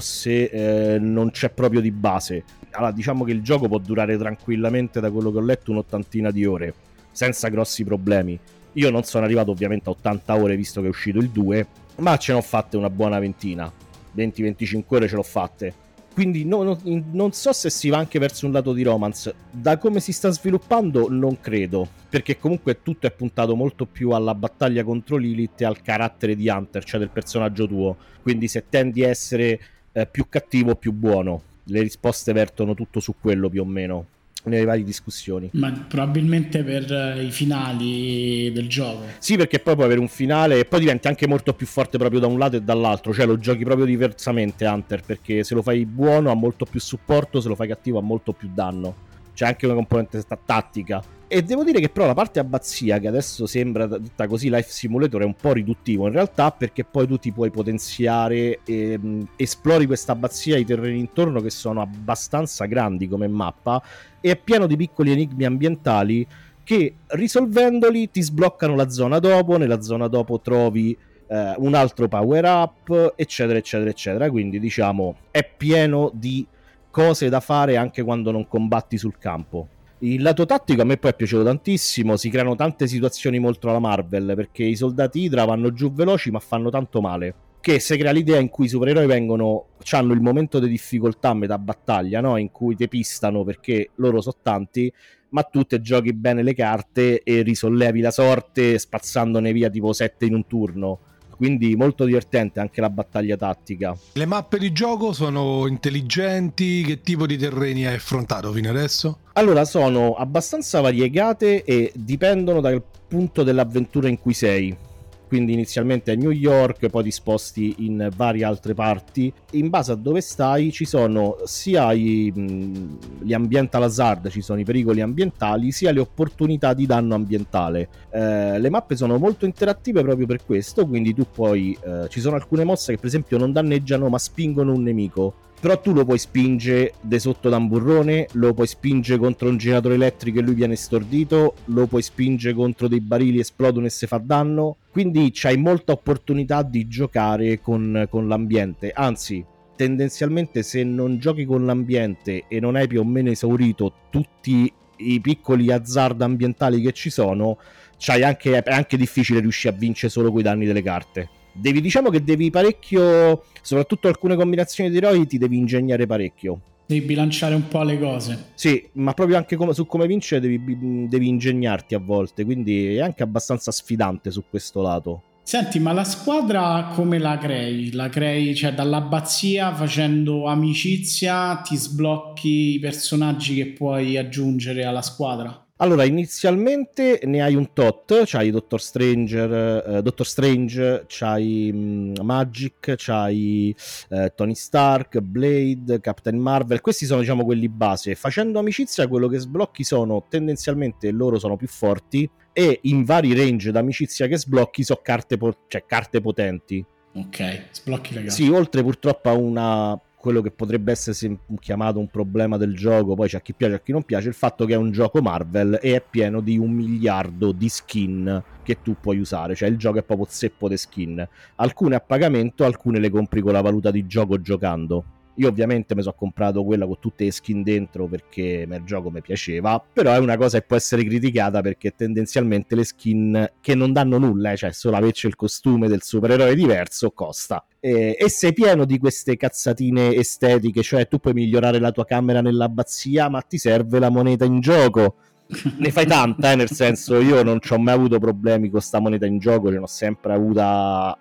se non c'è proprio di base. Allora, diciamo che il gioco può durare tranquillamente, da quello che ho letto, un'ottantina di ore senza grossi problemi. Io non sono arrivato ovviamente a 80 ore visto che è uscito il 2, ma ce ne ho fatte una buona ventina, 20-25 ore ce l'ho fatte. Quindi non so se si va anche verso un lato di romance. Da come si sta sviluppando non credo, perché comunque tutto è puntato molto più alla battaglia contro Lilith e al carattere di Hunter, cioè del personaggio tuo. Quindi se tendi a essere più cattivo o più buono, le risposte vertono tutto su quello più o meno nelle varie discussioni. Ma probabilmente per i finali del gioco. Sì, perché poi puoi avere un finale e poi diventi anche molto più forte proprio da un lato e dall'altro, cioè lo giochi proprio diversamente Hunter, perché se lo fai buono ha molto più supporto, se lo fai cattivo ha molto più danno. C'è anche una componente tattica. E devo dire che però la parte abbazia, che adesso sembra detta così life simulator, è un po' riduttivo in realtà, perché poi tu ti puoi potenziare e esplori questa abbazia, i terreni intorno che sono abbastanza grandi come mappa, e è pieno di piccoli enigmi ambientali che risolvendoli ti sbloccano la zona dopo, nella zona dopo trovi un altro power up eccetera eccetera eccetera, quindi diciamo è pieno di cose da fare anche quando non combatti sul campo. Il lato tattico a me poi è piaciuto tantissimo, si creano tante situazioni molto alla Marvel, perché i soldati Hydra vanno giù veloci ma fanno tanto male, che si crea l'idea in cui i supereroi hanno il momento di difficoltà a metà battaglia, no? In cui te pistano perché loro sono tanti, ma tu te giochi bene le carte e risollevi la sorte spazzandone via tipo 7 in un turno. Quindi molto divertente anche la battaglia tattica. Le mappe di gioco sono intelligenti? Che tipo di terreni hai affrontato fino adesso? Allora, sono abbastanza variegate e dipendono dal punto dell'avventura in cui sei. quindi inizialmente è New York, poi ti sposti in varie altre parti. In base a dove stai ci sono sia gli ambiental hazard, ci sono i pericoli ambientali, sia le opportunità di danno ambientale. Le mappe sono molto interattive proprio per questo, quindi tu puoi ci sono alcune mosse che per esempio non danneggiano ma spingono un nemico, però tu lo puoi spingere de sotto da un burrone, lo puoi spingere contro un generatore elettrico e lui viene stordito, lo puoi spingere contro dei barili, esplodono e se fa danno, quindi c'hai molta opportunità di giocare con l'ambiente. Anzi, tendenzialmente se non giochi con l'ambiente e non hai più o meno esaurito tutti i piccoli hazard ambientali che ci sono, è anche difficile riuscire a vincere solo coi danni delle carte. Diciamo che devi parecchio, soprattutto alcune combinazioni di eroi ti devi ingegnare parecchio. Devi bilanciare un po' le cose. Sì, ma proprio anche su come vincere devi ingegnarti a volte, quindi è anche abbastanza sfidante su questo lato. Senti, ma la squadra come la crei? La crei, cioè, dall'abbazia, facendo amicizia, ti sblocchi i personaggi che puoi aggiungere alla squadra? Allora, inizialmente ne hai un tot, c'hai Doctor Strange, c'hai Magic, c'hai Tony Stark, Blade, Captain Marvel, questi sono diciamo quelli base. Facendo amicizia quello che sblocchi sono tendenzialmente loro sono più forti e in vari range d'amicizia che sblocchi sono carte potenti. Ok, sblocchi le carte. Sì, oltre purtroppo a quello che potrebbe essere chiamato un problema del gioco, poi c'è a chi piace e a chi non piace, il fatto che è un gioco Marvel e è pieno di 1 miliardo di skin che tu puoi usare, cioè il gioco è proprio zeppo di skin, alcune a pagamento, alcune le compri con la valuta di gioco giocando. Io ovviamente mi sono comprato quella con tutte le skin dentro perché il gioco mi piaceva, però è una cosa che può essere criticata perché tendenzialmente le skin che non danno nulla, cioè solo averci il costume del supereroe diverso costa. E sei pieno di queste cazzatine estetiche, cioè tu puoi migliorare la tua camera nell'abbazia ma ti serve la moneta in gioco. Ne fai tanta, nel senso io non ci ho mai avuto problemi con sta moneta in gioco, ce l'ho sempre avuta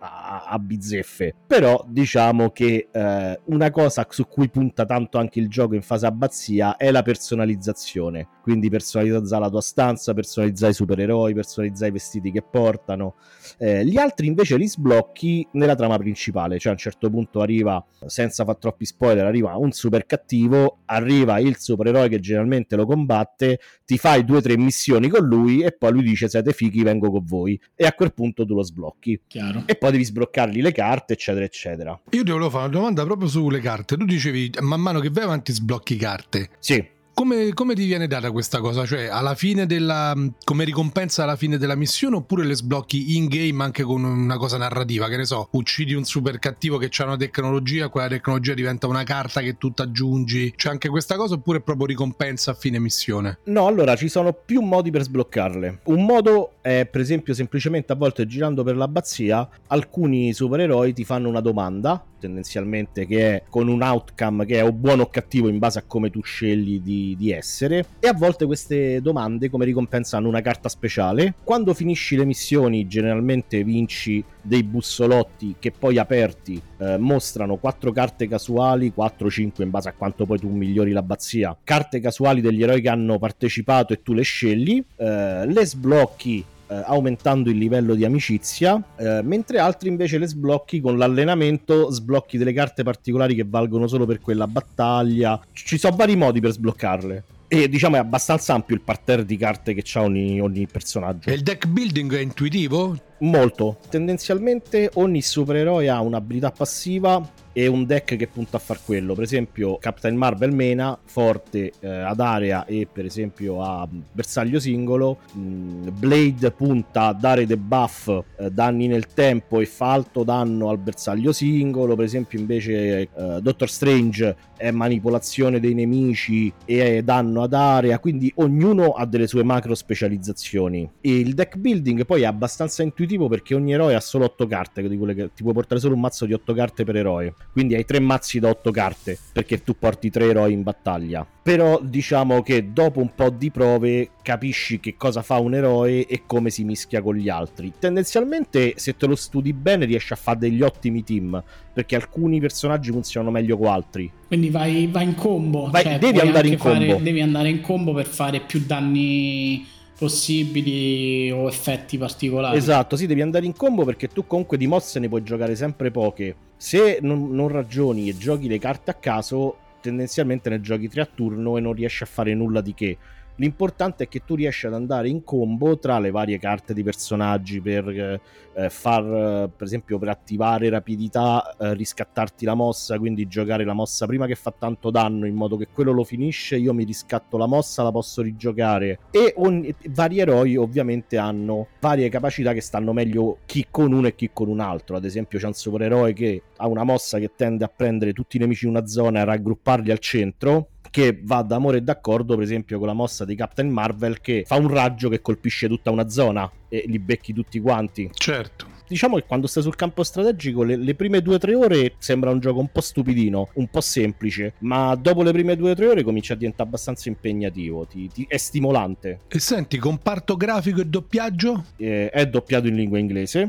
a bizzeffe, però diciamo che una cosa su cui punta tanto anche il gioco in fase abbazia è la personalizzazione, quindi personalizzare la tua stanza, personalizzare i supereroi, personalizzare i vestiti che portano. Gli altri invece li sblocchi nella trama principale, cioè a un certo punto arriva, senza far troppi spoiler, arriva un super cattivo, arriva il supereroe che generalmente lo combatte, ti fai 2-3 missioni con lui e poi lui dice siete fighi, vengo con voi, e a quel punto tu lo sblocchi. Chiaro. E poi devi sbloccargli le carte eccetera eccetera. Io ti volevo fare una domanda proprio sulle carte. Tu dicevi man mano che vai avanti sblocchi carte. Sì. Come ti viene data questa cosa? Cioè alla fine come ricompensa alla fine della missione, oppure le sblocchi in game anche con una cosa narrativa? Che ne so, uccidi un super cattivo che ha una tecnologia, quella tecnologia diventa una carta che tu aggiungi. C'è anche questa cosa oppure è proprio ricompensa a fine missione? No, allora ci sono più modi per sbloccarle. Un modo è per esempio semplicemente a volte girando per l'abbazia alcuni supereroi ti fanno una domanda, tendenzialmente che è con un outcome che è o buono o cattivo in base a come tu scegli di essere, e a volte queste domande come ricompensa hanno una carta speciale. Quando finisci le missioni generalmente vinci dei bussolotti che poi aperti mostrano 4 carte casuali, 4-5 in base a quanto poi tu migliori l'abbazia, carte casuali degli eroi che hanno partecipato e tu le scegli, le sblocchi aumentando il livello di amicizia, mentre altri invece le sblocchi con l'allenamento, sblocchi delle carte particolari che valgono solo per quella battaglia. Ci sono vari modi per sbloccarle e diciamo è abbastanza ampio il parterre di carte che c'ha ogni personaggio. E il deck building è intuitivo? Molto. Tendenzialmente ogni supereroe ha un'abilità passiva e un deck che punta a far quello. Per esempio Captain Marvel mena forte ad area e per esempio a bersaglio singolo. Blade punta a dare debuff, danni nel tempo e fa alto danno al bersaglio singolo. Per esempio invece Doctor Strange è manipolazione dei nemici e danno ad area, quindi ognuno ha delle sue macro specializzazioni. E il deck building poi è abbastanza intuitivo perché ogni eroe ha solo 8 carte, di quelle che ti puoi portare solo un mazzo di 8 carte per eroe, quindi hai 3 mazzi da 8 carte perché tu porti 3 eroi in battaglia. Però diciamo che dopo un po' di prove capisci che cosa fa un eroe e come si mischia con gli altri. Tendenzialmente se te lo studi bene riesci a fare degli ottimi team, perché alcuni personaggi funzionano meglio con altri. Quindi vai in combo, devi andare in combo. Devi andare in combo per fare più danni possibili o effetti particolari. Esatto, sì, devi andare in combo perché tu comunque di mosse ne puoi giocare sempre poche. Se non ragioni e giochi le carte a caso, tendenzialmente ne giochi 3 a turno e non riesci a fare nulla di che. L'importante è che tu riesci ad andare in combo tra le varie carte di personaggi per per esempio, per attivare rapidità, riscattarti la mossa, quindi giocare la mossa prima che fa tanto danno in modo che quello lo finisce, io mi riscatto la mossa, la posso rigiocare. E vari eroi ovviamente hanno varie capacità che stanno meglio chi con uno e chi con un altro. Ad esempio c'è un supereroe che ha una mossa che tende a prendere tutti i nemici in una zona e raggrupparli al centro, che va d'amore e d'accordo per esempio con la mossa di Captain Marvel che fa un raggio che colpisce tutta una zona e li becchi tutti quanti. Certo. Diciamo che quando stai sul campo strategico le prime 2-3 ore sembra un gioco un po' stupidino, un po' semplice, ma dopo le prime 2-3 ore comincia a diventare abbastanza impegnativo, è stimolante. E senti, comparto grafico e doppiaggio? È doppiato in lingua inglese,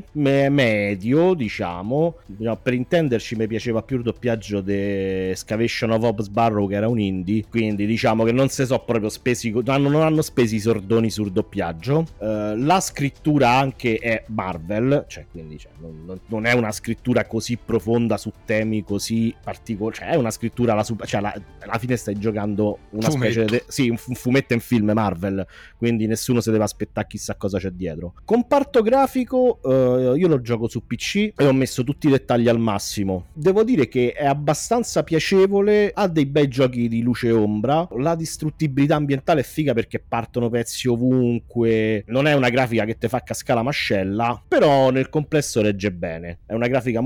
medio diciamo, per intenderci mi piaceva più il doppiaggio di Excavation of Hobbs Barrow, che era un indie, quindi diciamo che non si so proprio spesi, non hanno spesi i sordoni sul doppiaggio. La scrittura anche è Marvel, cioè quindi non è una scrittura così profonda su temi così particolari, cioè è una scrittura alla fine stai giocando una fumetto. specie un fumetto in film Marvel, quindi nessuno si deve aspettare chissà cosa c'è dietro. Comparto grafico, io lo gioco su PC e ho messo tutti i dettagli al massimo. Devo dire che è abbastanza piacevole, ha dei bei giochi di luce e ombra, la distruttibilità ambientale è figa perché partono pezzi ovunque, non è una grafica che ti fa cascare la mascella, però nel complesso regge bene. È una grafica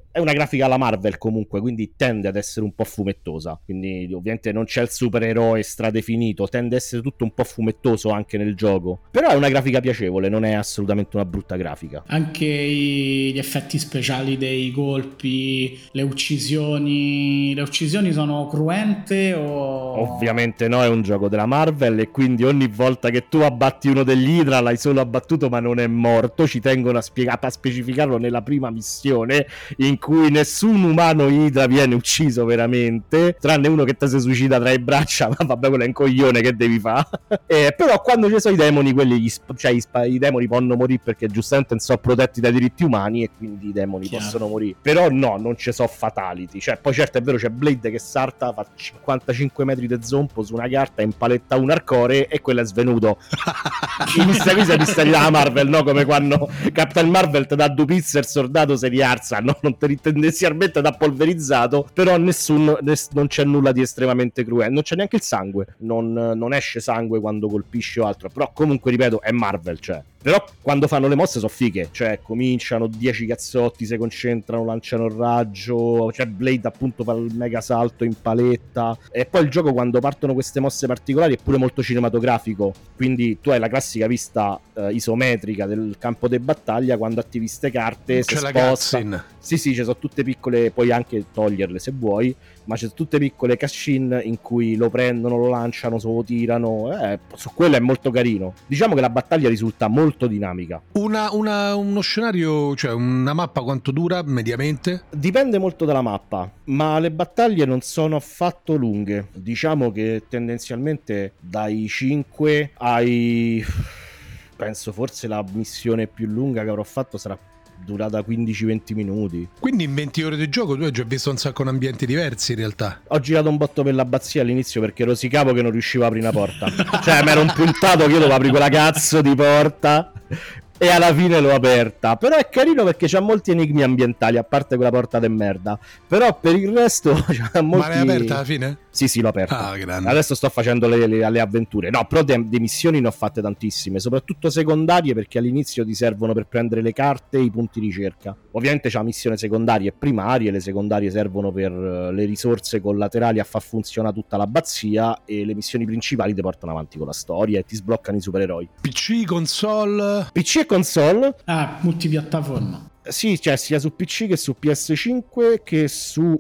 alla Marvel comunque, quindi tende ad essere un po' fumettosa, quindi ovviamente non c'è il supereroe stradefinito, tende ad essere tutto un po' fumettoso anche nel gioco, però è una grafica piacevole, non è assolutamente una brutta grafica. Anche gli effetti speciali dei colpi, le uccisioni sono cruente o... Ovviamente no, è un gioco della Marvel e quindi ogni volta che tu abbatti uno degli Hydra l'hai solo abbattuto ma non è morto. Ci tengono a specificarlo nella prima missione, in cui nessun umano Hydra viene ucciso veramente, tranne uno che ti si suicida tra le braccia, ma vabbè, quello è un coglione, che devi fare? Però quando ci sono i demoni, quelli i demoni possono morire perché giustamente non sono protetti dai diritti umani e quindi i demoni possono morire. Però no, non ci sono fatality, cioè poi certo è vero c'è Blade che salta, fa 55 metri di zompo su una carta, impaletta un arcore e quello è svenuto. Inizia qui sei misteri della Marvel, no? Come quando Captain Marvel ti dà due pizze e il soldato si rialza, no? Non te tendenzialmente da polverizzato, però non c'è nulla di estremamente cruento, non c'è neanche il sangue, non esce sangue quando colpisce o altro, però comunque ripeto è Marvel, cioè. Però quando fanno le mosse sono fighe, cioè cominciano 10 cazzotti, si concentrano, lanciano il raggio, cioè Blade appunto fa il mega salto in paletta, e poi il gioco quando partono queste mosse particolari è pure molto cinematografico, quindi tu hai la classica vista isometrica del campo di battaglia, quando attivi ste carte c'è si la sposta. cutscene. Sì, ci sono tutte piccole, puoi anche toglierle se vuoi, ma c'è tutte piccole cutscene in cui lo prendono, lo lanciano, se lo tirano, su quello è molto carino. Diciamo che la battaglia risulta molto dinamica. Uno scenario, cioè una mappa quanto dura mediamente? Dipende molto dalla mappa, ma le battaglie non sono affatto lunghe. Diciamo che tendenzialmente dai 5 ai... penso forse la missione più lunga che avrò fatto sarà durata 15-20 minuti. Quindi in 20 ore di gioco tu hai già visto un sacco di ambienti diversi in realtà. Ho girato un botto per l'abbazia all'inizio perché rosicavo che non riuscivo a aprire una porta. Cioè mi ero impuntato che io dovevo aprire quella cazzo di porta e alla fine l'ho aperta. Però è carino perché c'ha molti enigmi ambientali, a parte quella porta de merda. Però per il resto c'ha molti... Ma l'hai aperta alla fine? Sì, l'ho aperta. Ah, grande. Adesso sto facendo le avventure. No, però di missioni ne ho fatte tantissime, soprattutto secondarie, perché all'inizio ti servono per prendere le carte e i punti ricerca. Ovviamente c'è la missione secondarie e primarie, le secondarie servono per le risorse collaterali a far funzionare tutta l'abbazia, e le missioni principali ti portano avanti con la storia e ti sbloccano i supereroi. PC, console? PC e console? Ah, multipiattaforma. Sì, cioè sia su PC che su PS5 che su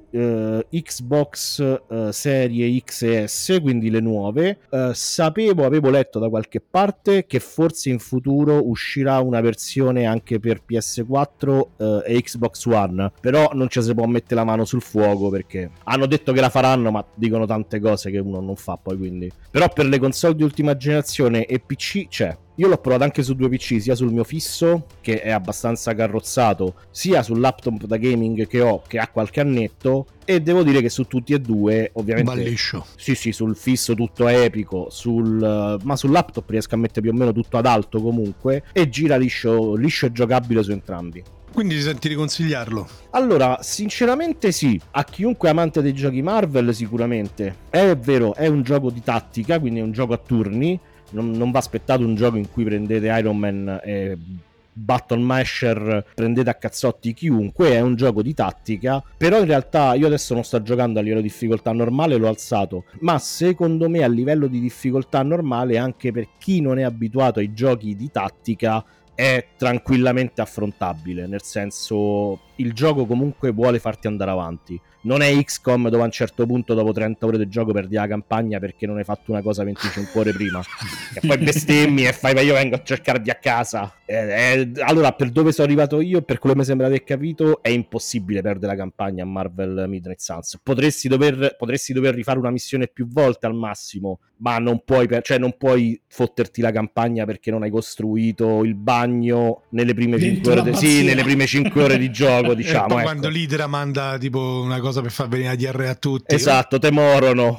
Xbox serie X e S, quindi le nuove. Avevo letto da qualche parte che forse in futuro uscirà una versione anche per PS4 e Xbox One, però non ci si può mettere la mano sul fuoco perché hanno detto che la faranno, ma dicono tante cose che uno non fa poi, quindi. Però per le console di ultima generazione e PC c'è. Io l'ho provato anche su 2 PC, sia sul mio fisso, che è abbastanza carrozzato, sia sul laptop da gaming che ho, che ha qualche annetto, e devo dire che su tutti e due, ovviamente... Va liscio. Sì, sul fisso tutto epico, ma sul laptop riesco a mettere più o meno tutto ad alto comunque, e gira liscio e giocabile su entrambi. Quindi ti senti di consigliarlo? Allora, sinceramente sì, a chiunque amante dei giochi Marvel sicuramente. È vero, è un gioco di tattica, quindi è un gioco a turni, non va aspettato un gioco in cui prendete Iron Man e Button Masher, prendete a cazzotti chiunque, è un gioco di tattica, però in realtà io adesso non sto giocando a livello di difficoltà normale, l'ho alzato, ma secondo me a livello di difficoltà normale, anche per chi non è abituato ai giochi di tattica, è tranquillamente affrontabile, nel senso il gioco comunque vuole farti andare avanti. Non è XCOM dove a un certo punto dopo 30 ore di gioco perdi la campagna perché non hai fatto una cosa 25 ore prima e poi bestemmi e fai ma io vengo a cercarvi a casa. Allora, per dove sono arrivato io, per quello che mi sembra di aver capito, è impossibile perdere la campagna a Marvel Midnight Suns. Potresti dover rifare una missione più volte al massimo, ma non puoi non puoi fotterti la campagna perché non hai costruito il bagno nelle prime 5 ore nelle prime 5 ore di gioco, diciamo. Poi quando l'Idra manda tipo una cosa per far venire la diarrea a tutti. Esatto, te morono.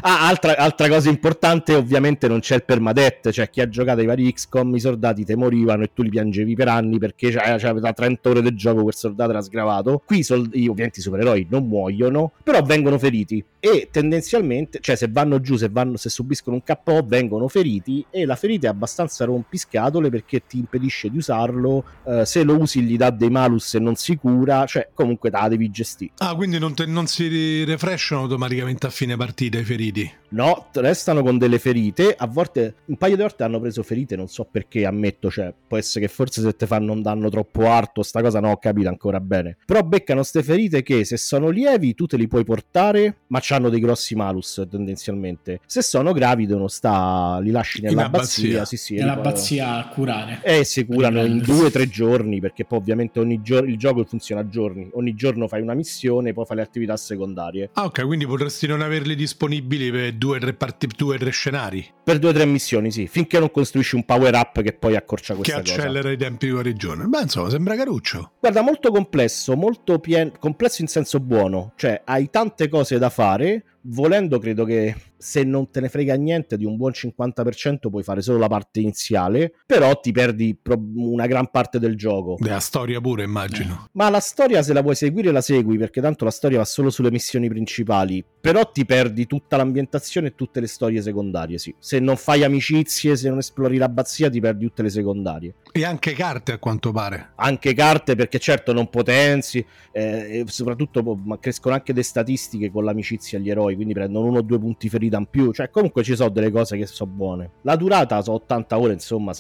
Altra cosa importante, ovviamente non c'è il permadeath, cioè chi ha giocato ai vari XCOM, i soldati te morivano e tu li piangevi per anni perché da 30 ore del gioco quel soldato era sgravato. Qui ovviamente i supereroi non muoiono, però vengono feriti e tendenzialmente, cioè se vanno giù, se subiscono un KO vengono feriti, e la ferita è abbastanza rompiscatole perché ti impedisce di usarlo, se lo usi gli dà dei malus e non si cura, cioè comunque te la devi gestire. Quindi non si refreshano automaticamente a fine partita i feriti? No, restano con delle ferite, a volte un paio di volte hanno preso ferite, non so perché, ammetto, cioè può essere che forse se te fanno un danno troppo alto, sta cosa non ho capito ancora bene, però beccano ste ferite che se sono lievi tu te li puoi portare, ma c'hanno dei grossi malus tendenzialmente, se sono gravi li lasci nell'abbazia, nell'abbazia a curare, e si curano in 2-3 giorni, perché poi ovviamente il gioco funziona a giorni, ogni giorno fai una missione, poi fai le attività secondarie. Ok, quindi potresti non averli disponibili per 2-3 scenari, per 2-3 missioni, sì, finché non costruisci un power up che poi accorcia questa cosa, che accelera i tempi di guarigione. Beh, insomma, sembra caruccio. Guarda, molto complesso, molto complesso in senso buono, cioè hai tante cose da fare. Volendo, credo che se non te ne frega niente, di un buon 50% puoi fare solo la parte iniziale, però ti perdi una gran parte del gioco. Della storia pure, immagino. Ma la storia, se la vuoi seguire, la segui, perché tanto la storia va solo sulle missioni principali, però ti perdi tutta l'ambientazione e tutte le storie secondarie, sì. Se non fai amicizie, se non esplori l'abbazia, ti perdi tutte le secondarie. E anche carte, a quanto pare. Anche carte, perché certo non potenzi, e soprattutto crescono anche le statistiche con l'amicizia agli eroi, quindi prendono 1 o 2 punti ferita in più, cioè comunque ci sono delle cose che sono buone. La durata sono 80 ore, insomma,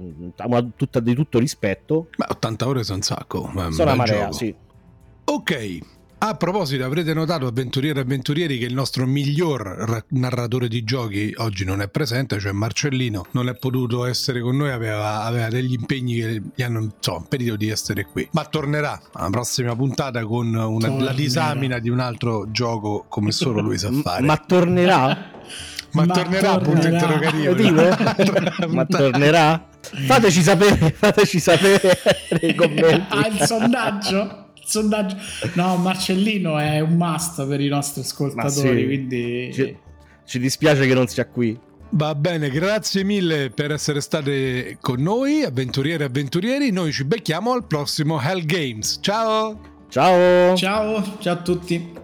di tutto rispetto. Ma 80 ore sono un sacco. Sono una marea, sì. Ok. A proposito, avrete notato, avventurieri e avventurieri, che il nostro miglior narratore di giochi oggi non è presente, cioè Marcellino non è potuto essere con noi, aveva degli impegni che gli hanno impedito di essere qui, ma tornerà alla prossima puntata con la disamina di un altro gioco come solo lui sa fare. Ma tornerà? Ma tornerà, punto interrogativo. Ma tornerà? Fateci sapere nei commenti. Il sondaggio. No, Marcellino è un must per i nostri ascoltatori, sì, quindi ci dispiace che non sia qui. Va bene, grazie mille per essere state con noi, avventurieri e avventurieri. Noi ci becchiamo al prossimo Hell Games. Ciao a tutti.